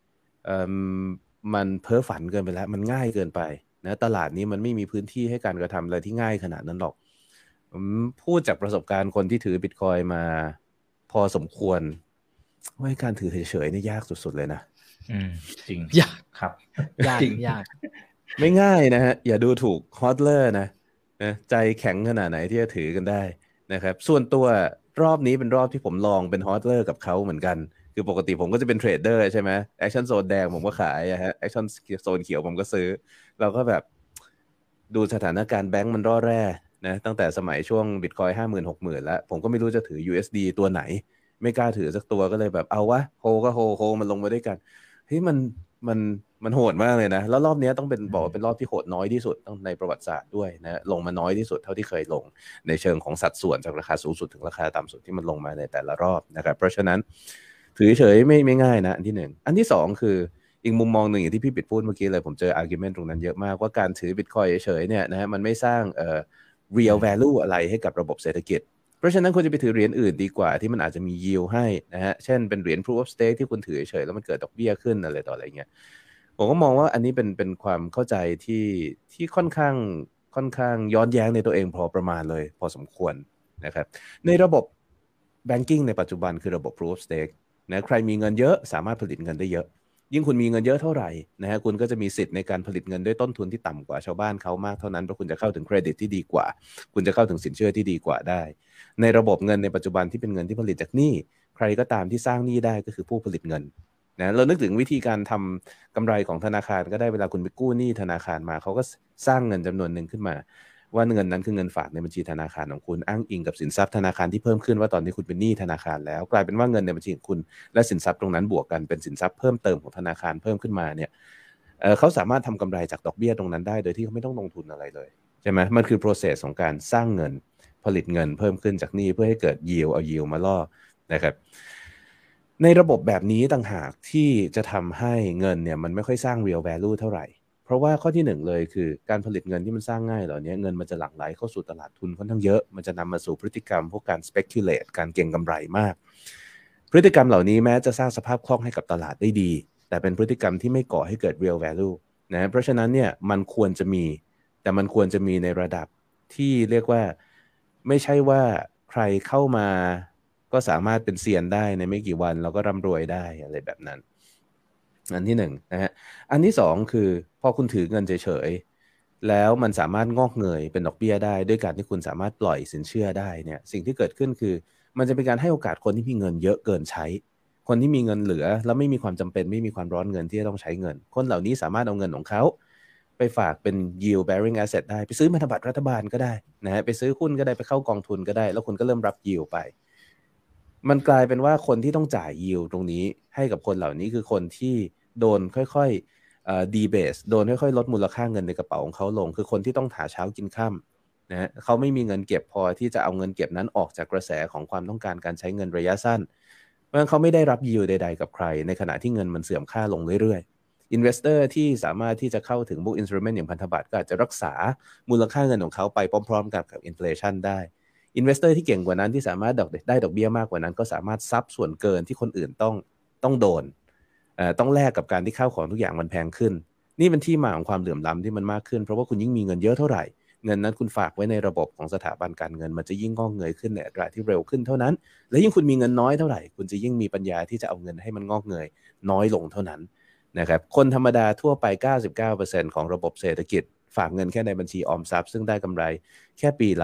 มันเพ้อฝันเกินไปแล้วมันง่ายเกินไปนะตลาดนี้มันไม่มีพื้นที่ให้การกระทำอะไรที่ง่ายขนาดนั้นหรอกผมพูดจากประสบการณ์คนที่ถือ Bitcoin มาพอสมควรว่าการถือเฉยๆนี่ยากสุดๆเลยนะจริงยากครับยากไม่ง่ายนะฮะอย่าดูถูกฮอดเลอร์นะใจแข็งขนาดไหนที่จะถือกันได้นะครับส่วนตัวรอบนี้เป็นรอบที่ผมลองเป็นฮอดเลอร์กับเขาเหมือนกันคือปกติผมก็จะเป็นเทรดเดอร์ใช่ไหมแอคชั่นโซนแดงผมก็ขายฮะแอคชั่นโซนเขียวผมก็ซื้อเราก็แบบดูสถานการณ์แบงก์มันร่อแร่นะตั้งแต่สมัยช่วง Bitcoin 50,000 60,000แล้วผมก็ไม่รู้จะถือ USD ตัวไหนไม่กล้าถือสักตัวก็เลยแบบเอาวะโฮก็โฮมันลงมาด้วยกันเฮ้ยมันโหดมากเลยนะแล้วรอบนี้ต้องบอกเป็นรอบที่โหดน้อยที่สุดต้องในประวัติศาสตร์ด้วยนะลงมาน้อยที่สุดเท่าที่เคยลงในเชิงของสัดส่วนจากราคาสูงสุดถึงราคาต่ำสุดที่มันลงมาในแต่ละรอบนะครับเพราะฉะนั้นถือเฉยไม่ง่ายนะอันที่1อันที่2คืออีกมุมมองหนึ่งอย่างที่พี่ปิดพูดเมื่อกี้เลยผมเจอ argument ตรงนั้นเยอะมากว่าการถือ Bitcoin เฉยเนี่ยนะฮะมันไม่สร้างreal value อะไรให้กับระบบเศรษฐกิจเพราะฉะนั้นคุณจะไปถือเหรียญอื่นดีกว่าที่มันอาจจะมี yield ให้นะฮะเช่นเป็นเหรียญ proof of stake ที่คุณถือเฉยแล้วมันเกิดดอกเบี้ยขึ้นอะไรต่ออะไรเงี้ยผมก็มองว่าอันนี้เป็นความเข้าใจที่ค่อนข้างย้อนแย้งในตัวเองพอประมาณเลยพอสมควรนะครับในระบบ banking ในปัจจุบันคือระบบ proof of stake นะใครมีเงินเยอะสามารถผลิตเงินได้เยอะยิ่งคุณมีเงินเยอะเท่าไหร่นะฮะคุณก็จะมีสิทธิ์ในการผลิตเงินด้วยต้นทุนที่ต่ำกว่าชาวบ้านเขามากเท่านั้นเพราะคุณจะเข้าถึงเครดิตที่ดีกว่าคุณจะเข้าถึงสินเชื่อที่ดีกว่าได้ในระบบเงินในปัจจุบันที่เป็นเงินที่ผลิตจากหนี้ใครก็ตามที่สร้างหนี้ได้ก็คือผู้ผลิตเงินนะเรานึกถึงวิธีการทำกำไรของธนาคารก็ได้เวลาคุณไปกู้หนี้ธนาคารมาเขาก็สร้างเงินจำนวนหนึ่งขึ้นมาว่าเงินนั้นคือเงินฝากในบัญชีธนาคารของคุณอ้างอิงกับสินทรัพย์ธนาคารที่เพิ่มขึ้นว่าตอนนี้คุณเป็นหนี้ธนาคารแล้วกลายเป็นว่าเงินในบัญชีของคุณและสินทรัพย์ตรงนั้นบวกกันเป็นสินทรัพย์เพิ่มเติมของธนาคารเพิ่มขึ้นมาเนี่ยเขาสามารถทำกำไรจากดอกเบี้ยตรงนั้นได้โดยที่เขาไม่ต้องลงทุนอะไรเลยใช่ไหมมันคือ process ของการสร้างเงินผลิตเงินเพิ่มขึ้นจากหนี้เพื่อให้เกิด yield เอา yield มาล่อนะครับในระบบแบบนี้ต่างหากที่จะทำให้เงินเนี่ยมันไม่ค่อยสร้าง real value เท่าไหร่เพราะว่าข้อที่หนึ่งเลยคือการผลิตเงินที่มันสร้างง่ายเหล่านี้เงินมันจะหลั่งไหลเข้าสู่ตลาดทุนค่อนข้างเยอะมันจะนำมาสู่พฤติกรรมพวกการ speculate การเก็งกำไรมากพฤติกรรมเหล่านี้แม้จะสร้างสภาพคล่องให้กับตลาดได้ดีแต่เป็นพฤติกรรมที่ไม่ก่อให้เกิด real value นะเพราะฉะนั้นเนี่ยมันควรจะมีแต่มันควรจะมีในระดับที่เรียกว่าไม่ใช่ว่าใครเข้ามาก็สามารถเป็นเซียนได้ในไม่กี่วันแล้วก็ร่ำรวยได้อะไรแบบนั้นอันที่หนึ่งนะฮะอันที่สองคือพอคุณถือเงินเฉยๆแล้วมันสามารถงอกเงยเป็นดอกเบี้ยได้ด้วยการที่คุณสามารถปล่อยสินเชื่อได้เนี่ยสิ่งที่เกิดขึ้นคือมันจะเป็นการให้โอกาสคนที่มีเงินเยอะเกินใช้คนที่มีเงินเหลือแล้วไม่มีความจำเป็นไม่มีความร้อนเงินที่จะต้องใช้เงินคนเหล่านี้สามารถเอาเงินของเขาไปฝากเป็น yield bearing asset ได้ไปซื้อพันธบัตรรัฐบาลก็ได้นะฮะไปซื้อหุ้นก็ได้ไปเข้ากองทุนก็ได้แล้วคุณก็เริ่มรับ yield ไปมันกลายเป็นว่าคนที่ต้องจ่าย yield ตรงนี้ให้กับคนเหล่านี้คือคนที่โดนค่อยๆdebase โดนค่อยๆลดมูลค่าเงินในกระเป๋าของเขาลงคือคนที่ต้องหาเช้ากินค่ำนะฮะเขาไม่มีเงินเก็บพอที่จะเอาเงินเก็บนั้นออกจากกระแสของความต้องการการใช้เงินระยะสั้นเพราะฉะนั้นเขาไม่ได้รับ yield ใดๆกับใครในขณะที่เงินมันเสื่อมค่าลงเรื่อยๆ investor ที่สามารถที่จะเข้าถึงพวก instrument อย่างพันธบัตรก็อาจจะรักษามูลค่าเงินของเขาไปพร้อมๆกับ inflation ได้investor ที่เก่งกว่านั้นที่สามารถได้ดอกเบี้ยมากกว่านั้นก็สามารถซับส่วนเกินที่คนอื่นต้องโดนต้องแลกกับการที่ข้าวของทุกอย่างมันแพงขึ้นนี่เป็นที่มาของความเหลื่อมล้ำที่มันมากขึ้นเพราะว่าคุณยิ่งมีเงินเยอะเท่าไหร่เงินนั้นคุณฝากไว้ในระบบของสถาบันการเงินมันจะยิ่งงอกเงยขึ้นในอัตราที่เร็วขึ้นเท่านั้นและยิ่งคุณมีเงินน้อยเท่าไหร่คุณจะยิ่งมีปัญญาที่จะเอาเงินให้มันงอกเงยน้อยลงเท่านั้นนะครับคนธรรมดาทั่วไป 99% ของระบบเศรษฐกิจฝากเงินแค่ในบัญชีออมทรัพย์ซึ่งได้กำไรแค่ปีละ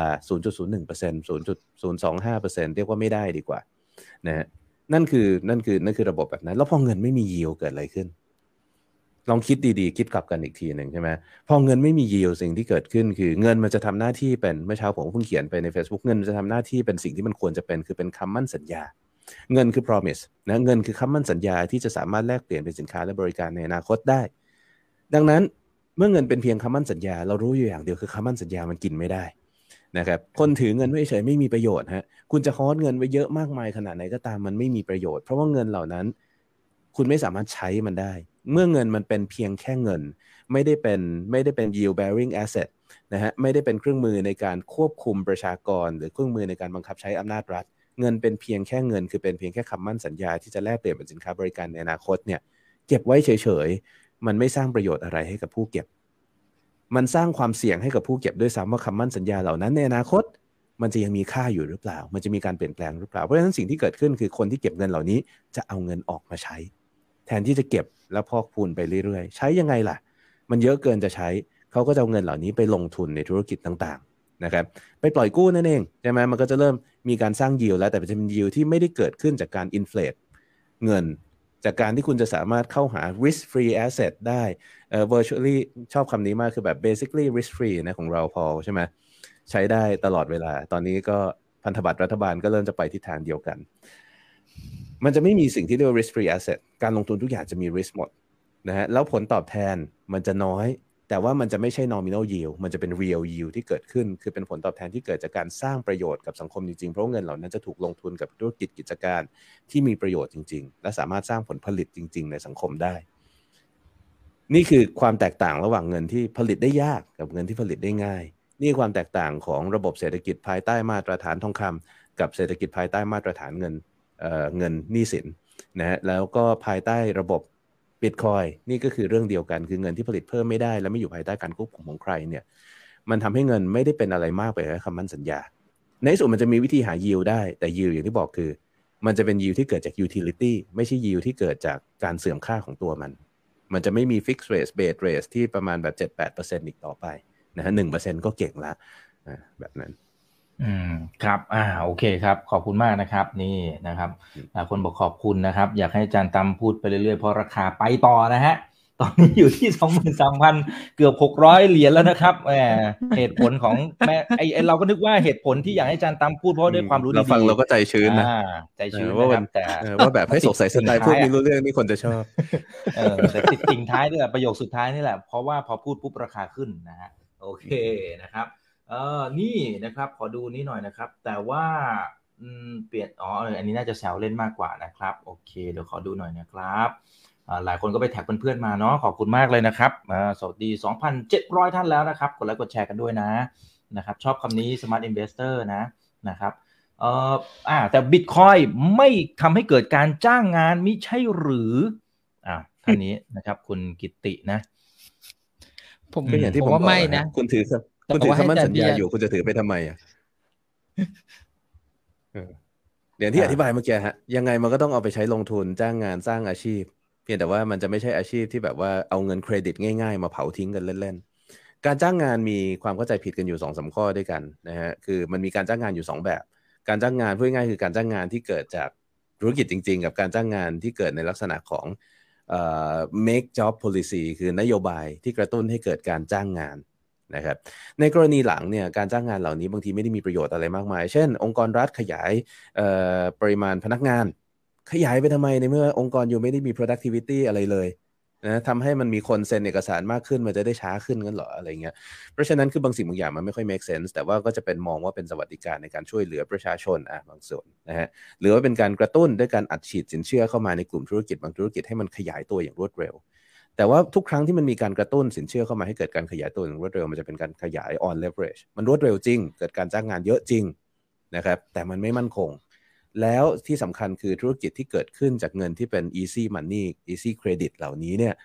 0.01% 0.025% เรียกว่าไม่ได้ดีกว่านะฮะนั่นคือระบบแบบนั้นแล้วพอเงินไม่มี yield เกิดอะไรขึ้นลองคิดดีๆคิดกลับกันอีกทีหนึ่งใช่ไหมพอเงินไม่มี yield สิ่งที่เกิดขึ้นคือเงินมันจะทำหน้าที่เป็นเมื่อเช้าผมเพิ่งเขียนไปใน Facebook เงินจะทำหน้าที่เป็นสิ่งที่มันควรจะเป็นคือเป็นคำมั่นสัญญาเงินคือ promise นะเงินคือคำมั่นสัญญาที่จะสามารถแลกเปลี่ยนเป็นสินค้าและบริการในอนาคตได้ดังนั้นเมื่อเงินเป็นเพียงคำมั่นสัญญาเรารู้อยู่อย่างเดียวคือคำมั่นสัญญามันกินไม่ได้นะครับคนถือเงินไว้เฉยไม่มีประโยชน์ฮะคุณจะฮอดเงินไว้เยอะมากมายขนาดไหนก็ตามมันไม่มีประโยชน์เพราะว่าเงินเหล่านั้นคุณไม่สามารถใช้มันได้เมื่อเงินมันเป็นเพียงแค่เงินไม่ได้เป็น yield bearing asset นะฮะไม่ได้เป็นเครื่องมือในการควบคุมประชากรหรือเครื่องมือในการบังคับใช้อำนาจรัฐเงินเป็นเพียงแค่เงินคือเป็นเพียงแค่คำมั่นสัญญาที่จะแลกเปลี่ยนเป็นสินค้าบริการในอนาคตเนี่ยเก็บไว้เฉยๆมันไม่สร้างประโยชน์อะไรให้กับผู้เก็บมันสร้างความเสี่ยงให้กับผู้เก็บด้วยซ้ำว่าคำมั่นสัญญาเหล่านั้นในอนาคตมันจะยังมีค่าอยู่หรือเปล่ามันจะมีการเปลี่ยนแปลงหรือเปล่าเพราะฉะนั้นสิ่งที่เกิดขึ้นคือคนที่เก็บเงินเหล่านี้จะเอาเงินออกมาใช้แทนที่จะเก็บแล้วพอกพูนไปเรื่อยๆใช้ยังไงล่ะมันเยอะเกินจะใช้เขาก็จะเอาเงินเหล่านี้ไปลงทุนในธุรกิจต่างๆนะครับไปปล่อยกู้นั่นเองใช่ไหมมันก็จะเริ่มมีการสร้าง yield แล้วแต่เป็น yield ที่ไม่ได้เกิดขึ้นจากการ inflate เงินจากการที่คุณจะสามารถเข้าหา risk free asset ได้virtually ชอบคำนี้มากคือแบบ basically risk free นะของเราพอใช่ไหมใช้ได้ตลอดเวลาตอนนี้ก็พันธบัตรรัฐบาลก็เริ่มจะไปทิศทางเดียวกันมันจะไม่มีสิ่งที่เรียกว่า risk free asset การลงทุนทุกอย่างจะมี risk หมดนะฮะแล้วผลตอบแทนมันจะน้อยแต่ว่ามันจะไม่ใช่ nominal yield มันจะเป็น real yield ที่เกิดขึ้นคือเป็นผลตอบแทนที่เกิดจากการสร้างประโยชน์กับสังคมจริงๆเพราะเงินเหล่านั้นจะถูกลงทุนกับธุรกิจกิจการที่มีประโยชน์จริงๆและสามารถสร้างผลผลิตจริงๆในสังคมได้นี่คือความแตกต่างระหว่างเงินที่ผลิตได้ยากกับเงินที่ผลิตได้ง่ายนี่ความแตกต่างของระบบเศรษฐกิจภายใต้มาตรฐานทองคำกับเศรษฐกิจภายใต้มาตรฐานเงินหนี้สินนะฮะแล้วก็ภายใต้ระบบBitcoin นี่ก็คือเรื่องเดียวกันคือเงินที่ผลิตเพิ่มไม่ได้และไม่อยู่ภายใต้การควบคุมของใครเนี่ยมันทำให้เงินไม่ได้เป็นอะไรมากไปกว่าคำมั่นสัญญาในที่สุดมันจะมีวิธีหา yield ได้แต่ yield อย่างที่บอกคือมันจะเป็น yield ที่เกิดจาก utility ไม่ใช่ yield ที่เกิดจากการเสื่อมค่าของตัวมันจะไม่มี fixed rate base rate ที่ประมาณแบบ 7-8% อีกต่อไปนะฮะ 1% ก็เก่งละแบบนั้นครับโอเคครับขอบคุณมากนะครับนี่นะครับคนบอกขอบคุณนะครับอยากให้อาจารย์ตั้มพูดไปเรื่อยๆเพราะราคาไปต่อนะฮะตอนนี้อยู่ที่ 23,000 เกือบ600เหรียญแล้วนะครับเหตุผลของแม่เราก็นึกว่าเหตุผลที่อยากให้อาจารย์ตั้มพูดเพราะด้วยความรู้ดีๆเราฟังเราก็ใจชื้นนะใจชื้นนะครับแต่ว่าแบบให้สงสัยสไตล์พูดไม่รู้เรื่องนี่คนจะชอบแต่ติดทิ้งท้ายนี่แหละประโยคสุดท้ายนี่แหละเพราะว่าพอพูดปุ๊บราคาขึ้นนะฮะโอเคนะครับนี่นะครับขอดูนี้หน่อยนะครับแต่ว่าเปลี่ยนอันนี้น่าจะแซวเล่นมากกว่านะครับโอเคเดี๋ยวขอดูหน่อยนะครับหลายคนก็ไปแท็กเพื่อนๆมาเนาะขอบคุณมากเลยนะครับสวัสดี 2,700 ท่านแล้วนะครับกดไลค์กดแชร์กันด้วยนะครับชอบคำนี้ Smart Investor นะครับแต่ Bitcoin ไม่ทำให้เกิดการจ้างงานมิใช่หรือท่านนี้นะครับคุณกิตตินะผมก็อย่างที่ผมว่าไม่นะคุณถือคำมั่นสัญญาอยู่คุณจะถือไปทำไมอย่างที่อธิบายเมื่อกี้ฮะยังไงมันก็ต้องเอาไปใช้ลงทุนจ้างงานสร้างอาชีพเพียงแต่ว่ามันจะไม่ใช่อาชีพที่แบบว่าเอาเงินเครดิตง่ายๆมาเผาทิ้งกันเล่นๆการจ้างงานมีความเข้าใจผิดกันอยู่ 2-3 ข้อด้วยกันนะฮะคือมันมีการจ้างงานอยู่2แบบการจ้างงานพูดง่ายๆคือการจ้างงานที่เกิดจากธุรกิจจริงๆกับการจ้างงานที่เกิดในลักษณะของmake job policy คือนโยบายที่กระตุ้นให้เกิดการจ้างงานนะครับในกรณีหลังเนี่ยการจ้างงานเหล่านี้บางทีไม่ได้มีประโยชน์อะไรมากมายเช่นองค์กรรัฐขยายปริมาณพนักงานขยายไปทำไมในเมื่อองค์กรอยู่ไม่ได้มี productivity อะไรเลยนะทำให้มันมีคนเซ็นเอกสารมากขึ้นมันจะได้ช้าขึ้นงั้นเหรออะไรเงี้ยเพราะฉะนั้นคือบางสิ่งบางอย่างมันไม่ค่อย make sense แต่ว่าก็จะเป็นมองว่าเป็นสวัสดิการในการช่วยเหลือประชาชนบางส่วนนะฮะหรือว่าเป็นการกระตุ้นด้วยการอัดฉีดสินเชื่อเข้ามาในกลุ่มธุรกิจบางธุรกิจให้มันขยายตัวอย่างรวดเร็วแต่ว่าทุกครั้งที่มันมีการกระตุ้นสินเชื่อเข้ามาให้เกิดการขยายตัวอย่างรวดเร็วมันจะเป็นการขยาย on leverage มันรวดเร็วจริงเกิดการจ้างงานเยอะจริงนะครับแต่มันไม่มั่นคงแล้วที่สำคัญคือธุรกิจที่เกิดขึ้นจากเงินที่เป็น easy money easy credit เหล่านี้เนี่ย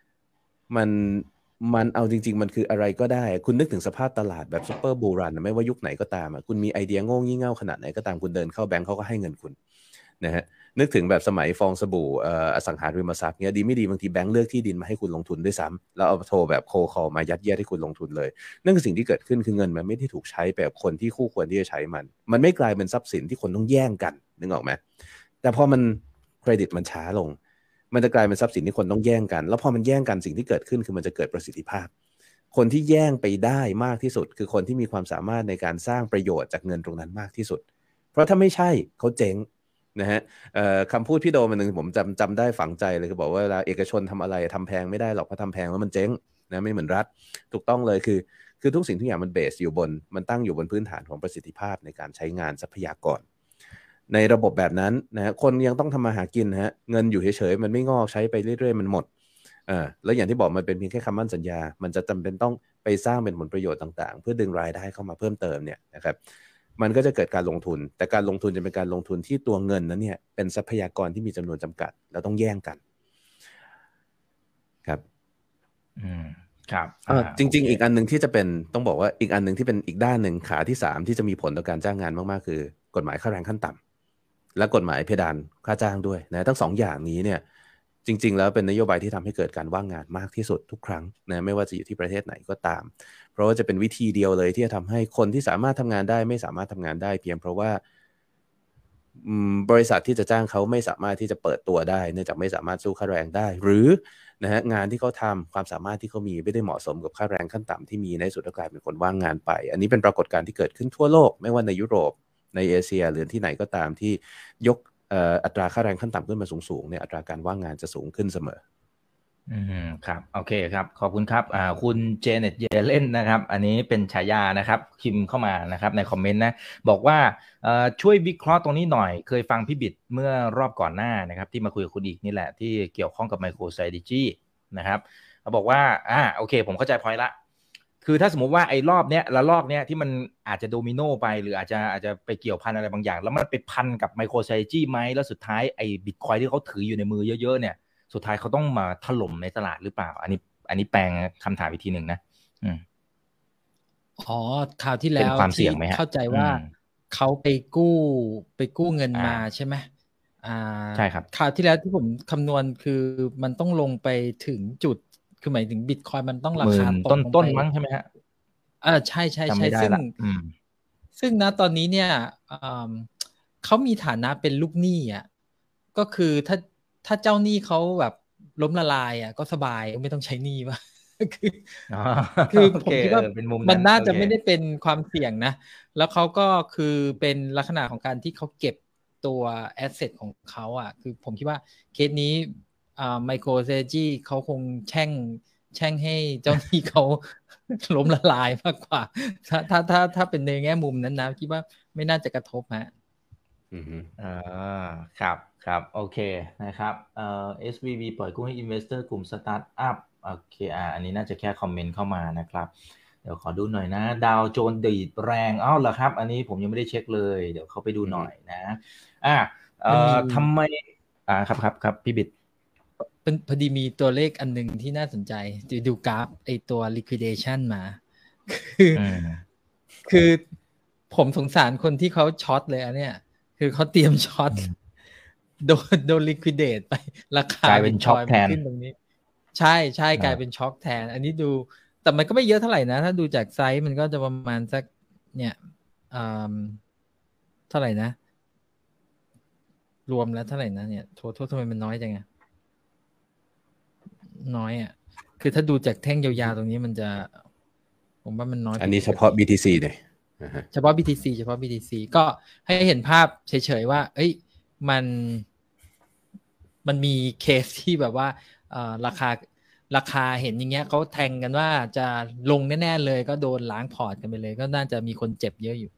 มันเอาจริงๆมันคืออะไรก็ได้คุณนึกถึงสภาพตลาดแบบซุปเปอร์บูลรันไม่ว่ายุคไหนก็ตามคุณมีไอเดียโง่งี่เง่าขนาดไหนก็ตามคุณเดินเข้าแบงก์เขาก็ให้เงินคุณนะฮะนึกถึงแบบสมัยฟองสบู่อสังหาริมทรัพย์เงี้ยดีไม่ดีบางทีแบงก์เลือกที่ดินมาให้คุณลงทุนด้วยซ้ำแล้วเอาโทรแบบโคคอลมายัดเยียดให้คุณลงทุนเลยนั่นคือสิ่งที่เกิดขึ้นคือเงินมันไม่ได้ถูกใช้แบบคนที่คู่ควรที่จะใช้มันไม่กลายเป็นทรัพย์สินที่คนต้องแย่งกันนึกออกไหมแต่พอมันเครดิตมันช้าลงมันจะกลายเป็นทรัพย์สินที่คนต้องแย่งกันแล้วพอมันแย่งกันสิ่งที่เกิดขึ้นคือมันจะเกิดประสิทธิภาพคนที่แย่งไปได้มากที่สุดคือคนที่มีความสามารถในการสร้างประโยชน์จากเงินตรงนั้นมากที่สุดเพราะถ้าไม่ใช่เขาเจ๊งนะฮะคำพูดพี่โดมันนึงผมจำได้ฝังใจเลยคือบอกว่าเวลาเอกชนทำอะไรทำแพงไม่ได้หรอกเพราะทำแพงแล้วมันเจ๊งนะไม่เหมือนรัฐถูกต้องเลยคือทุกสิ่งทุกอย่างมันเบสอยู่บนมันตั้งอยู่บนพื้นฐานของประสิทธิภาพในการใช้งานทรัพยากรในระบบแบบนั้นนะฮะคนยังต้องทำมาหากินฮะเงินอยู่เฉยๆมันไม่งอกใช้ไปเรื่อยๆมันหมดแล้วอย่างที่บอกมันเป็นเพียงแค่คำมั่นสัญญามันจะจำเป็นต้องไปสร้างเป็นผลประโยชน์ต่างๆเพื่อดึงรายได้เข้ามาเพิ่มเติมเนี่ยนะครับมันก็จะเกิดการลงทุนแต่การลงทุนจะเป็นการลงทุนที่ตัวเงินนั้นเนี่ยเป็นทรัพยากรที่มีจำนวนจำกัดแล้วต้องแย่งกันครับครับจริงๆอีกอันนึงที่จะเป็นต้องบอกว่าอีกอันนึงที่เป็นอีกด้านหนึ่งขาที่3ที่จะมีผลต่อการจ้างงานมากๆคือกฎหมายค่าแรงขั้นต่ำและกฎหมายเพดานค่าจ้างด้วยนะทั้ง2อย่างนี้เนี่ยจริงๆแล้วเป็นนโยบายที่ทำให้เกิดการว่างงานมากที่สุดทุกครั้งนะไม่ว่าจะอยู่ที่ประเทศไหนก็ตามเพราะว่าจะเป็นวิธีเดียวเลยที่จะทำให้คนที่สามารถทำงานได้ไม่สามารถทำงานได้เพียงเพราะว่าบริษัทที่จะจ้างเขาไม่สามารถที่จะเปิดตัวได้เนื่องจากไม่สามารถสู้ค่าแรงได้หรือนะฮะงานที่เขาทำความสามารถที่เขามีไม่ได้เหมาะสมกับค่าแรงขั้นต่ำที่มีในสุดก็กลายเป็นคนว่างงานไปอันนี้เป็นปรากฏการณ์ที่เกิดขึ้นทั่วโลกไม่ว่าในยุโรปในเอเชียหรือที่ไหนก็ตามที่ยกอัตราค่าแรงขั้นต่ำขึ้นมาสูงๆเนี่ยอัตราการว่างงานจะสูงขึ้นเสมอครับโอเคครับขอบคุณครับคุณเจเน็ตเยเลนนะครับอันนี้เป็นฉายานะครับพิมพ์เข้ามานะครับในคอมเมนต์นะบอกว่าช่วยวิเคราะห์ตรงนี้หน่อยเคยฟังพี่บิดเมื่อรอบก่อนหน้านะครับที่มาคุยกับคุณอีกนี่แหละที่เกี่ยวข้องกับ MicroStrategy นะครับเขาบอกว่าโอเคผมเข้าใจพอยต์ละคือถ้าสมมติว่าไอ้รอบเนี้ยละลอกเนี้ยที่มันอาจจะโดมิโนไปหรืออาจจะไปเกี่ยวพันอะไรบางอย่างแล้วมันไปพันกับ MicroStrategy ไหมแล้วสุดท้ายไอ้ Bitcoin ที่เขาถืออยู่ในมือเยอะๆเนี่ยสุดท้ายเขาต้องมาถล่มในตลาดหรือเปล่าอันนี้แปลงคำถามอีกทีหนึ่งนะคราวที่แล้วความเสี่ยงไหมฮะเข้าใจว่าเขาไปกู้เงินมาใช่ไหมใช่ครับคราวที่แล้วที่ผมคำนวณคือมันต้องลงไปถึงจุดคือหมายถึงบิตคอยมันต้องราคาตกลงต้ไปนมั้งใช่ไหมฮะใช่ใช่จำใช่ไม่ได้ละซึ่งนะตอนนี้เนี่ยเขามีฐานะเป็นลูกหนี้อ่ะก็คือถ้าเจ้าหนี้เขาแบบล้มละลายอ่ะก็สบายไม่ต้องใช้หนี้ว่ะคือผมคิดว่ามันน่าจะไม่ได้เป็นความเสี่ยงนะแล้วเขาก็คือเป็นลักษณะของการที่เขาเก็บตัวแอสเซทของเขาอ่ะคือผมคิดว่าเคสนี้ไมโครเซจีเขาคงแช่งให้เจ้าหนี้เขาล้มละลายมากกว่าถ้าเป็นในแง่มุมนั้นนะคิดว่าไม่น่าจะกระทบฮะครับโอเคนะครับSVB ปล่อยกู้ให้ investor กลุ่มสตาร์ทอัพโอเคอันนี้น่าจะแค่คอมเมนต์เข้ามานะครับเดี๋ยวขอดูหน่อยนะดาวโจนส์ดีดแรงเหรอครับอันนี้ผมยังไม่ได้เช็คเลยเดี๋ยวเข้าไปดูหน่อยนะทำไมครับพี่บิดพอดีมีตัวเลขอันนึงที่น่าสนใจดูกราฟไอตัว liquidation มาคือผมสงสารคนที่เขาช็อตเลยอันเนี้ยคือเขาเตรียมช็อตโดน liquidate ไปราคากลายเป็นช็อคแทนขึ้นตรงนี้ใช่กลายเป็นช็อคแทนอันนี้ดูแต่มันก็ไม่เยอะเท่าไหร่นะถ้าดูจากไซส์มันก็จะประมาณสักเนี่ยเท่าไหร่นะรวมแล้วเท่าไหร่นะเนี่ยโทษทำไมมันน้อยจังอะน้อยอ่ะคือถ้าดูจากแท่งยาวๆตรงนี้มันจะผมว่ามันน้อยอันนี้เฉพาะ BTC เนี่ยเฉพาะ BTC ก็ให้เห็นภาพเฉยๆว่าเอ้ยมันมีเคสที่แบบว่าราคาเห็นอย่างเงี้ยเขาแทงกันว่าจะลงแน่ๆเลยก็โดนล้างพอร์ตกันไปเลยก็น่าจะมีคนเจ็บเยอะอยู่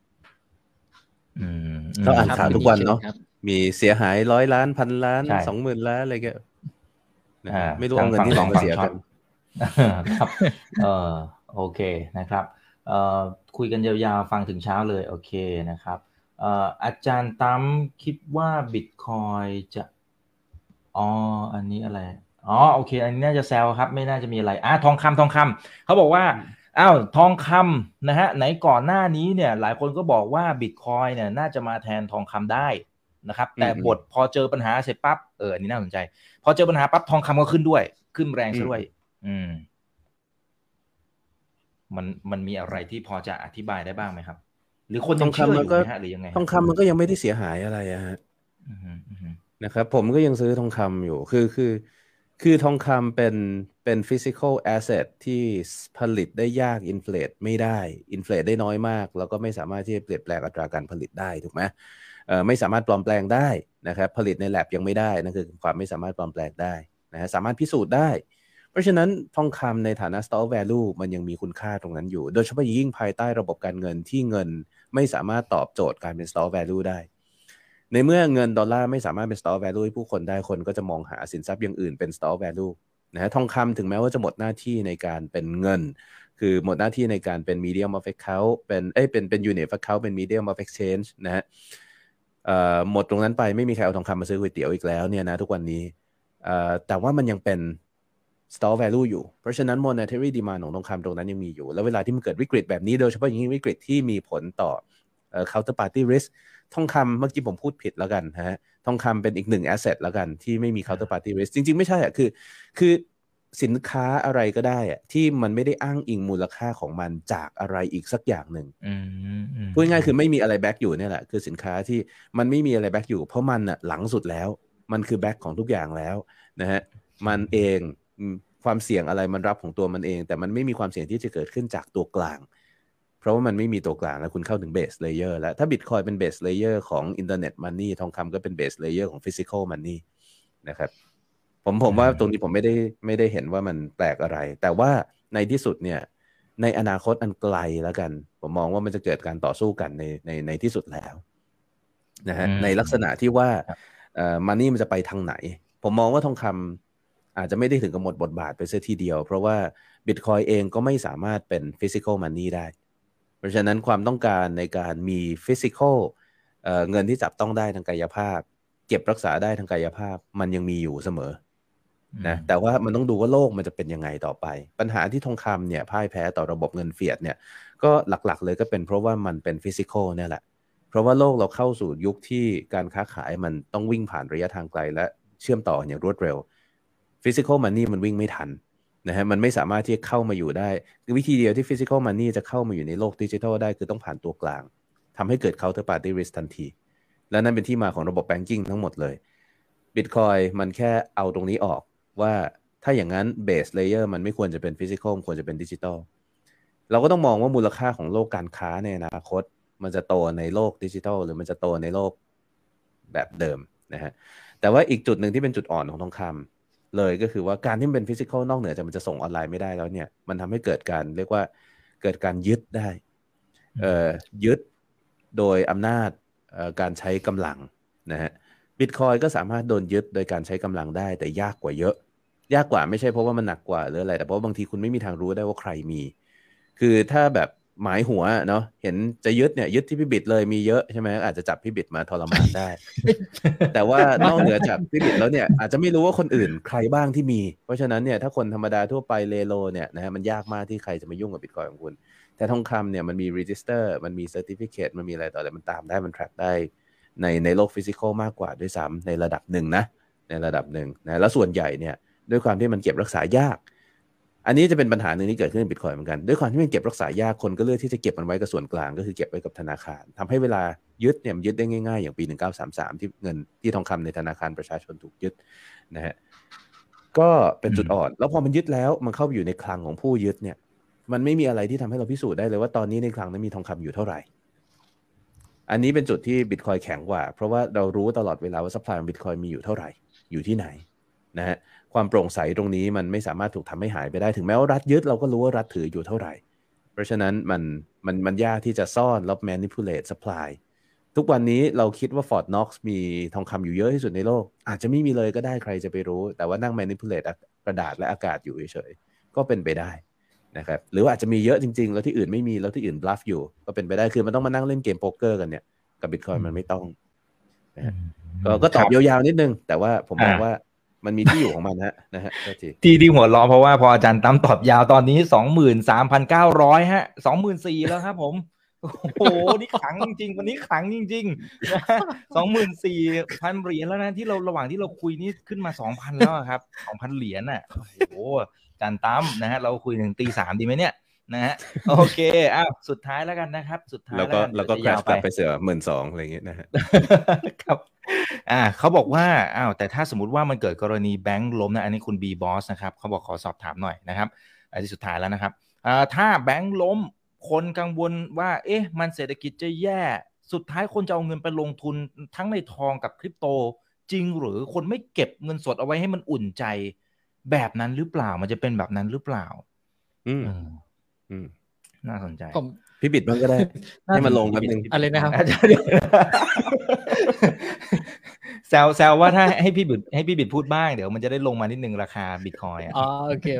เราอ่านข่าวทุกวันเนาะมีเสียหาย100 ล้าน1,000 ล้าน 20,000 ล้านอะไรเงี้ยไม่รู้เอาเงินที่ไหนมาเสียกันครับโอเคนะครับคุยกันยาวๆฟังถึงเช้าเลยโอเคนะครับอาจารย์ตั้มคิดว่าบิตคอยจะอันนี้อะไรโอเคอันนี้น่าจะแซวครับไม่น่าจะมีอะไรทองคำเขาบอกว่าทองคำนะฮะไหนก่อนหน้านี้เนี่ยหลายคนก็บอกว่าบิตคอยเนี่ยน่าจะมาแทนทองคำได้นะครับแต่บทพอเจอปัญหาเสร็จปั๊บอันนี้น่าสนใจพอเจอปัญหาปั๊บทองคำก็ขึ้นด้วยขึ้นแรงซะด้วยมันมีอะไรที่พอจะอธิบายได้บ้างไหมครับหรือคนยังเชื่ออยู่ไหมฮะหรือยังไงทองคำมันก็ยังไม่ได้เสียหายอะไรฮะนะครับผมก็ยังซื้อทองคำอยู่คือทองคำเป็น physical asset ที่ผลิตได้ยากอินเฟลตไม่ได้อินเฟลตได้น้อยมากแล้วก็ไม่สามารถที่จะเปลี่ยนแปลงอัตราการผลิตได้ถูกไหมไม่สามารถปลอมแปลงได้นะครับผลิตใน lab ยังไม่ได้นั่นคือความไม่สามารถปลอมแปลงได้นะฮะสามารถพิสูจน์ได้เพราะฉะนั้นทองคำในฐานะ store value มันยังมีคุณค่าตรงนั้นอยู่โดยเฉพาะยิ่งภายใต้ระบบการเงินที่เงินไม่สามารถตอบโจทย์การเป็น store value ได้ในเมื่อเงินดอลลาร์ไม่สามารถเป็น store value ให้ผู้คนได้คนก็จะมองหาสินทรัพย์อย่างอื่นเป็น store value นะฮะทองคำถึงแม้ว่าจะหมดหน้าที่ในการเป็นเงินคือหมดหน้าที่ในการเป็น medium of account เป็น unit of account เป็น medium of exchange นะฮะหมดตรงนั้นไปไม่มีใครเอาทองคำมาซื้อก๋วยเตี๋ยวอีกแล้วเนี่ยนะทุกวันนี้แต่ว่ามันยังเป็น store value อยู่เพราะฉะนั้น monetary demand ของทองคำตรงนั้นยังมีอยู่แล้วเวลาที่มันเกิดวิกฤตแบบนี้โดยเฉพาะอย่างยิ่งวิกฤตที่มีผลต่อcounterparty risk ทองคำเมื่อกี้ผมพูดผิดแล้วกันฮะทองคำเป็นอีกหนึ่ง asset แล้วกันที่ไม่มี counterparty risk จริงๆไม่ใช่คือสินค้าอะไรก็ได้ที่มันไม่ได้อ้างอิงมูลค่าของมันจากอะไรอีกสักอย่างหนึ่งพูดง่ายๆคือไม่มีอะไรแบ็กอยู่เนี่ยแหละคือสินค้าที่มันไม่มีอะไรแบ็กอยู่เพราะมันหลังสุดแล้วมันคือแบ็กของทุกอย่างแล้วนะฮะมันเองความเสี่ยงอะไรมันรับของตัวมันเองแต่มันไม่มีความเสี่ยงที่จะเกิดขึ้นจากตัวกลางเพราะว่ามันไม่มีตัวกลางแล้วคุณเข้าถึงเบสเลเยอร์แล้วถ้า Bitcoin เป็นเบสเลเยอร์ของ Internet Money ทองคำก็เป็นเบสเลเยอร์ของ Physical Money นะครับผมว่าตรงนี้ผมไม่ได้เห็นว่ามันแปลกอะไรแต่ว่าในที่สุดเนี่ยในอนาคตอันไกลแล้วกันผมมองว่ามันจะเกิดการต่อสู้กันในที่สุดแล้วนะฮะในลักษณะที่ว่าMoney มันจะไปทางไหนผมมองว่าทองคำอาจจะไม่ได้ถึงกับหมดบทบาทไปเสียทีเดียวเพราะว่า Bitcoin เองก็ไม่สามารถเป็น Physical Money ได้เพราะฉะนั้นความต้องการในการมี physical เงินที่จับต้องได้ทางกายภาพเก็บรักษาได้ทางกายภาพมันยังมีอยู่เสมอนะแต่ว่ามันต้องดูว่าโลกมันจะเป็นยังไงต่อไปปัญหาที่ทองคำเนี่ยพ่ายแพ้ต่อระบบเงินเฟียตเนี่ยก็หลักๆเลยก็เป็นเพราะว่ามันเป็น physical เนี่ยแหละเพราะว่าโลกเราเข้าสู่ยุคที่การค้าขายมันต้องวิ่งผ่านระยะทางไกลและเชื่อมต่ออย่างรวดเร็ว physical money มันวิ่งไม่ทันนะฮะมันไม่สามารถที่จะเข้ามาอยู่ได้วิธีเดียวที่ physical money จะเข้ามาอยู่ในโลกดิจิทัลได้คือต้องผ่านตัวกลางทำให้เกิด counterparty risk ทันทีและนั่นเป็นที่มาของระบบ banking ทั้งหมดเลย Bitcoin มันแค่เอาตรงนี้ออกว่าถ้าอย่างนั้น base layer มันไม่ควรจะเป็น physical ควรจะเป็นดิจิทัลเราก็ต้องมองว่ามูลค่าของโลกการค้าในอนาคตมันจะโตในโลกดิจิทัลหรือมันจะโตในโลกแบบเดิมนะฮะแต่ว่าอีกจุดหนึ่งที่เป็นจุดอ่อนของทองคำเลยก็คือว่าการที่มันเป็นฟิสิกอลนอกเหนือจากมันจะส่งออนไลน์ไม่ได้แล้วเนี่ยมันทำให้เกิดการเรียกว่าเกิดการยึดได้ยึดโดยอำนาจการใช้กำลังนะฮะBitcoin ก็สามารถโดนยึดโดยการใช้กำลังได้แต่ยากกว่าเยอะยากกว่าไม่ใช่เพราะว่ามันหนักกว่าหรืออะไรแต่เพราะว่าบางทีคุณไม่มีทางรู้ได้ว่าใครมีคือถ้าแบบหมายหัวเนาะเห็นจะยึดเนี่ยยึดที่พี่บิดเลยมีเยอะใช่ไหมอาจจะจับพี่บิดมาทรมานได้ แต่ว่านอกเหนือจากพี่บิดแล้วเนี่ยอาจจะไม่รู้ว่าคนอื่นใครบ้างที่มีเพราะฉะนั้นเนี่ยถ้าคนธรรมดาทั่วไปเลโลเนี่ยนะฮะมันยากมากที่ใครจะมายุ่งกับ Bitcoin ของคุณแต่ทองคำเนี่ยมันมี register มันมี certificate มันมีอะไรต่ออะไรมันตามได้มัน track ได้ในโลกฟิสิกอลมากกว่าด้วยซ้ำในระดับหนึ่งนะในระดับหนึ่งนะแล้วส่วนใหญ่เนี่ยด้วยความที่มันเก็บรักษายากอันนี้จะเป็นปัญหาหนึ่งที่เกิดขึ้นใน Bitcoin เหมือนกันด้วยความที่มันเก็บรักษายากคนก็เลือกที่จะเก็บมันไว้กับส่วนกลางก็คือเก็บไว้กับธนาคารทำให้เวลายึดเนี่ยมันยึดได้ง่ายๆอย่างปี1933ที่เงินที่ทองคำในธนาคารประชาชนถูกยึดนะฮะก็เป็นจุดอ่อนแล้วพอมันยึดแล้วมันเข้าไปอยู่ในคลังของผู้ยึดเนี่ยมันไม่มีอะไรที่ทำให้เราพิสูจน์ได้เลยว่าตอนนี้ในคลังนั้นมีทองคำอยู่เท่าไหร่อันนี้เป็นจุดที่ Bitcoin แข็งกว่าเพราะว่าเรารู้ตลอดเวลาว่า supply ของ Bitcoin มีอยู่เท่าไหร่อยู่ที่ไหนนะฮะความโปร่งใสตรงนี้มันไม่สามารถถูกทำให้หายไปได้ถึงแม้ว่ารัฐยึดเราก็รู้ว่ารัฐถืออยู่เท่าไหร่เพราะฉะนั้นมันยากที่จะซ่อนแล้ว manipulate supply ทุกวันนี้เราคิดว่า Fort Knox มีทองคำอยู่เยอะที่สุดในโลกอาจจะไม่มีเลยก็ได้ใครจะไปรู้แต่ว่านั่ง manipulate กระดาษและอากาศอยู่เฉยๆก็เป็นไปได้นะครับหรือว่าอาจจะมีเยอะจริงๆแล้วที่อื่นไม่มีแล้วที่อื่น bluff อยู่ก็เป็นไปได้คือมันต้องมานั่งเล่นเกมโป๊กเกอร์กันเนี่ยกับ Bitcoin มันไม่ต้องนะก็ตอบยาวๆนิดนึงแต่ว่าผมมองว่ามันมีที่อยู่ของมันนะฮะที่หัวล้อเพราะว่าพออาจารย์ตั้มตอบยาวตอนนี้ 23,900 ฮะ 24,000 แล้วครับผมโอ้โหนี่ขังจริงๆวันนี้ขังจริงๆนะ 24,000 เหรียญแล้วนะที่เราระหว่างที่เราคุยนี่ขึ้นมา 2,000 แล้วครับ 2,000 เหรียญน่ะโอ้โหอาจารย์ตั้มนะฮะเราคุยถึงตี 3ดีไหมเนี่ยนะฮะโอเคสุดท้ายแล้วกันนะครับสุดท้ายแล้วก็แครชกลับไปเสือ 12,000 อะไรอย่างเงี้ยนะฮะครับเขาบอกว่าแต่ถ้าสมมุติว่ามันเกิดกรณีแบงค์ล้มนะอันนี้คุณบีบอสนะครับเขาบอกขอสอบถามหน่อยนะครับอันที่สุดท้ายแล้วนะครับถ้าแบงค์ล้มคนกังวลว่ามันเศรษฐกิจจะแย่สุดท้ายคนจะเอาเงินไปลงทุนทั้งในทองกับคริปโตจริงหรือคนไม่เก็บเงินสดเอาไว้ให้มันอุ่นใจแบบนั้นหรือเปล่ามันจะเป็นแบบนั้นหรือเปล่าน่าสนใจพี่บิดบ้างก็ได้ให้มันลงแป๊บนึงอะไรนะครับแซวว่าถ้าให้พี่บิดพูดบ้างเดี๋ยวมันจะได้ลงมานิดนึงราคาบิตคอยน์โอเค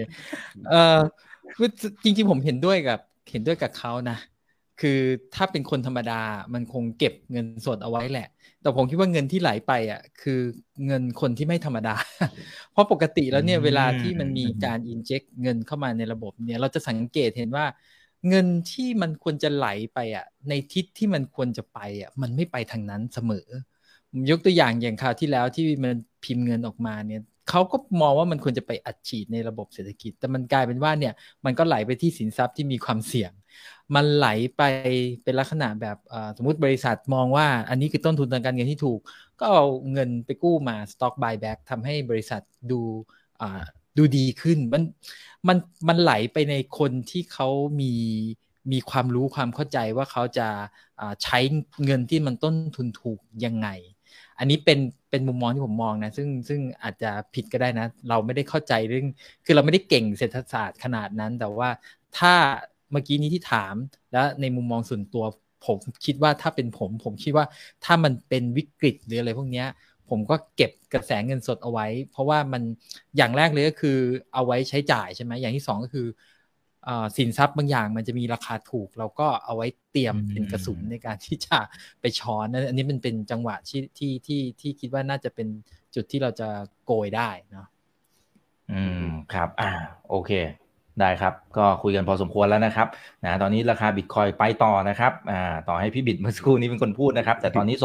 จริงๆผมเห็นด้วยกับเขานะคือถ้าเป็นคนธรรมดามันคงเก็บเงินสดเอาไว้แหละแต่ผมคิดว่าเงินที่ไหลไปคือเงินคนที่ไม่ธรรมดาเพราะปกติแล้วเนี่ยเวลาที่มันมีการอินเจคเงินเข้ามาในระบบเนี่ยเราจะสังเกตเห็นว่าเงินที่มันควรจะไหลไปในทิศที่มันควรจะไปมันไม่ไปทางนั้นเสมอยกตัวอย่างคราวที่แล้วที่มันพิมพ์เงินออกมาเนี่ยเขาก็มองว่ามันควรจะไปอัดฉีดในระบบเศรษฐกิจแต่มันกลายเป็นว่าเนี่ยมันก็ไหลไปที่สินทรัพย์ที่มีความเสี่ยงมันไหลไปเป็นลักษณะแบบสมมุติบริษัทมองว่าอันนี้คือต้นทุนทางการเงินที่ถูกก็เอาเงินไปกู้มา stock buyback ทำให้บริษัทดูดีขึ้นมันไหลไปในคนที่เขามีความรู้ความเข้าใจว่าเขาจะใช้เงินที่มันต้นทุนถูกยังไงอันนี้เป็นมุมมองที่ผมมองนะซึ่งอาจจะผิดก็ได้นะเราไม่ได้เข้าใจเรื่องคือเราไม่ได้เก่งเศรษฐศาสตร์ขนาดนั้นแต่ว่าถ้าเมื่อกี้นี้ที่ถามแล้วในมุมมองส่วนตัวผมคิดว่าถ้าเป็นผมคิดว่าถ้ามันเป็นวิกฤตหรืออะไรพวกนี้ผมก็เก็บกระแสเงินสดเอาไว้เพราะว่ามันอย่างแรกเลยก็คือเอาไว้ใช้จ่ายใช่ไหมอย่างที่สองก็คือสินทรัพย์บางอย่างมันจะมีราคาถูกเราก็เอาไว้เตรียมเป็นกระสุนในการที่จะไปช้อนอันนี้มันเป็นจังหวะที่คิดว่าน่าจะเป็นจุดที่เราจะโกยได้เนาะครับโอเคได้ครับก็คุยกันพอสมควรแล้วนะครับตอนนี้ราคาบิตคอยไปต่อนะครับต่อให้พี่บิตเมื่อสักครู่นี้เป็นคนพูดนะครับแต่ตอนนี้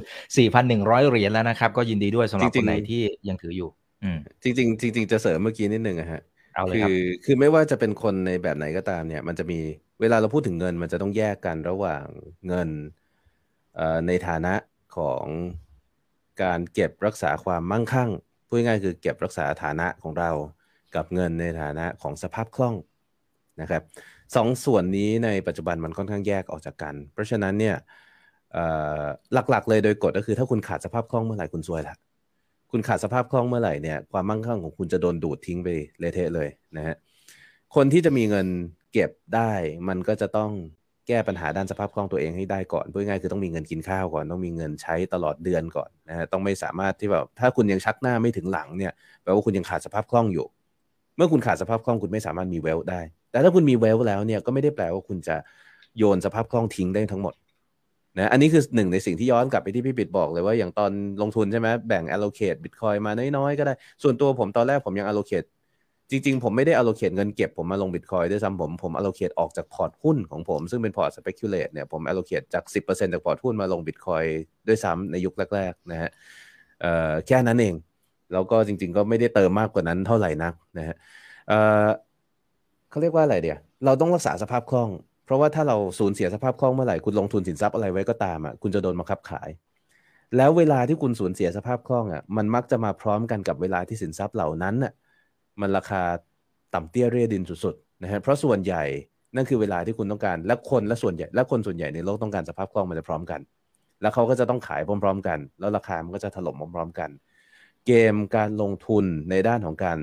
24,100 เหรียญแล้วนะครับก็ยินดีด้วยสำหรับคนไหนที่ยังถืออยู่จริงจะเสริมเมื่อกี้นิดนึงฮะเอาเลยครับคือไม่ว่าจะเป็นคนในแบบไหนก็ตามเนี่ยมันจะมีเวลาเราพูดถึงเงินมันจะต้องแยกกันระหว่างเงินในฐานะของการเก็บรักษาความมั่งคั่งพูดง่ายๆคือเก็บรักษาฐานะของเรากับเงินในฐานะของสภาพคล่องนะครับสองส่วนนี้ในปัจจุบันมันค่อนข้างแยกออกจากกันเพราะฉะนั้นเนี่ยหลักๆเลยโดยกฎก็คือถ้าคุณขาดสภาพคล่องเมื่อไหร่คุณซวยละคุณขาดสภาพคล่องเมื่อไหร่เนี่ยความมั่งคั่งของคุณจะโดนดูดทิ้งไปเละเทะเลยนะฮะคนที่จะมีเงินเก็บได้มันก็จะต้องแก้ปัญหาด้านสภาพคล่องตัวเองให้ได้ก่อนพูดง่ายคือต้องมีเงินกินข้าวก่อนต้องมีเงินใช้ตลอดเดือนก่อนนะฮะต้องไม่สามารถที่แบบถ้าคุณยังชักหน้าไม่ถึงหลังเนี่ยแปลว่าคุณยังขาดสภาพคล่องอยู่เมื่อคุณขาดสภาพคล่องคุณไม่สามารถมีเวลได้แต่ถ้าคุณมีเวลแล้วเนี่ยก็ไม่ได้แปลว่าคุณจะโยนสภาพคล่องทิ้งได้ทั้งหมดนะอันนี้คือหนึ่งในสิ่งที่ย้อนกลับไปที่พี่บิดบอกเลยว่าอย่างตอนลงทุนใช่ไหมแบ่ง allocate Bitcoin มาน้อยๆก็ได้ส่วนตัวผมตอนแรกผมยัง allocate จริงๆผมไม่ได้ allocate เงินเก็บผมมาลง Bitcoin ด้วยซ้ำผม allocate ออกจากพอร์ตหุ้นของผมซึ่งเป็นพอร์ต speculate เนี่ยผม allocate จาก 10% จากพอร์ตหุ้นมาลง Bitcoin ด้วยซ้ำในยุคแรกๆนะฮะแค่นั้นเองแล้วก็จริงๆก็ไม่ได้เติมมากกว่านั้นเท่าไหร่นักนะฮะเขาเรียกว่าอะไรเดี๋ยวเราต้องรักษาสภาพคล่องเพราะว่าถ้าเราสูญเสียสภาพคล่องเมื่อไหร่คุณลงทุนสินทรัพย์อะไรไว้ก็ตามคุณจะโดนบังคับขายแล้วเวลาที่คุณสูญเสียสภาพคล่องมันมักจะมาพร้อมกันกับเวลาที่สินทรัพย์เหล่านั้นมันราคาต่ำเตี้ยเรี่ยดินสุดๆนะฮะเพราะส่วนใหญ่นั่นคือเวลาที่คุณต้องการและคนส่วนใหญ่ในโลกต้องการสภาพคล่องมันจะพร้อมกันแล้วเขาก็จะต้องขายพร้อมๆกันแล้วราคามันก็จะถล่มพร้อมๆกันเกมการลงทุนในด้านของการ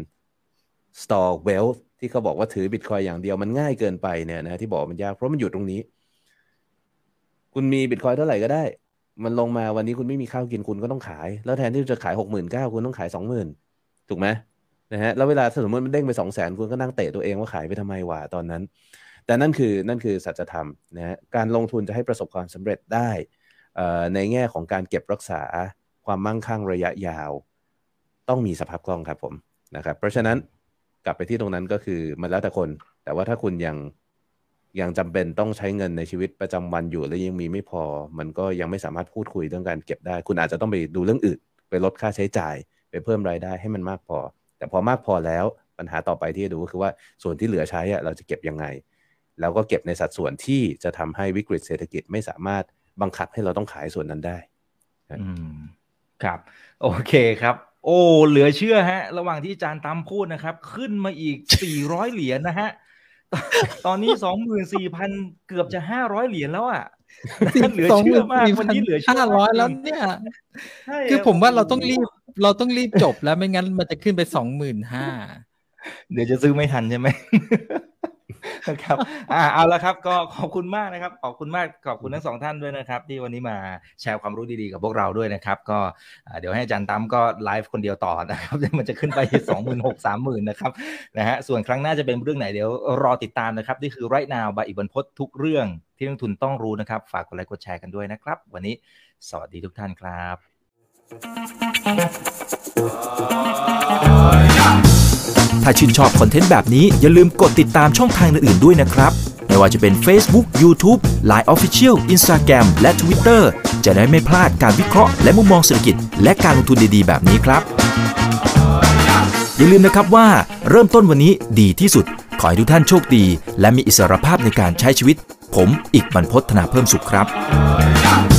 store wealth ที่เขาบอกว่าถือ Bitcoin อย่างเดียวมันง่ายเกินไปเนี่ยนะที่บอกมันยากเพราะมันอยู่ตรงนี้คุณมี Bitcoin เท่าไหร่ก็ได้มันลงมาวันนี้คุณไม่มีข้าวกินคุณก็ต้องขายแล้วแทนที่จะขาย 69,000 คุณต้องขาย 20,000 ถูกไหมนะฮะแล้วเวลาสมมติมันเด้งไป 200,000 คุณก็นั่งเตะตัวเองว่าขายไปทำไมวะตอนนั้นแต่นั่นคือสัจธรรมนะฮะการลงทุนจะให้ประสบความสำเร็จได้ในแง่ของการเก็บรักษาความมั่งคั่งระยะยาวต้องมีสภาพคล่องครับผมนะครับเพราะฉะนั้นกลับไปที่ตรงนั้นก็คือมันแล้วแต่คนแต่ว่าถ้าคุณยังจำเป็นต้องใช้เงินในชีวิตประจำวันอยู่และยังมีไม่พอมันก็ยังไม่สามารถพูดคุยเรื่องการเก็บได้คุณอาจจะต้องไปดูเรื่องอื่นไปลดค่าใช้จ่ายไปเพิ่มรายได้ให้มันมากพอแต่พอมากพอแล้วปัญหาต่อไปที่จะดูก็คือว่าส่วนที่เหลือใช้เราจะเก็บยังไงแล้วก็เก็บในสัดส่วนที่จะทำให้วิกฤตเศรษฐกิจไม่สามารถบังคับให้เราต้องขายส่วนนั้นได้ครับโอเคครับโอ้เหลือเชื่อฮะระหว่างที่อาจารย์ตั้มพูดนะครับขึ้นมาอีก400เหรียญนะฮะตอนนี้ 24,000 เกือบจะ500เหรียญแล้วอ่ะเหลือเชื่อมากวันนี้เหลือเชื่อ 500แล้วเนี่ยคือผมว่าเราต้องรีบจบแล้วไม่งั้นมันจะขึ้นไป 25,000 เดี๋ยวจะซื้อไม่ทันใช่ไหมนะครับเอาละครับก็ขอบคุณมากนะครับขอบคุณทั้งสองท่านด้วยนะครับที่วันนี้มาแชร์ความรู้ดีๆกับพวกเราด้วยนะครับก็เดี๋ยวให้อาจารย์ตั้มก็ไลฟ์คนเดียวต่อนะครับมันจะขึ้นไป 26,000-30,000 นะครับนะฮะส่วนครั้งหน้าจะเป็นเรื่องไหนเดี๋ยวรอติดตามนะครับนี่คือ Right Now บายอีกบรรพตทุกเรื่องที่นักทุนต้องรู้นะครับฝากกดไลค์กดแชร์กันด้วยนะครับวันนี้สวัสดีทุกท่านครับถ้าชื่นชอบคอนเทนต์แบบนี้อย่าลืมกดติดตามช่องทางอื่นๆด้วยนะครับไม่ว่าจะเป็น Facebook, YouTube, Line Official, Instagram และ Twitter จะได้ไม่พลาดการวิเคราะห์และมุมมองเศรษฐกิจและการลงทุนดีๆแบบนี้ครับอย่าลืมนะครับว่าเริ่มต้นวันนี้ดีที่สุดขอให้ทุกท่านโชคดีและมีอิสรภาพในการใช้ชีวิตผมอีกบรรพต ธนาเพิ่มสุขครับ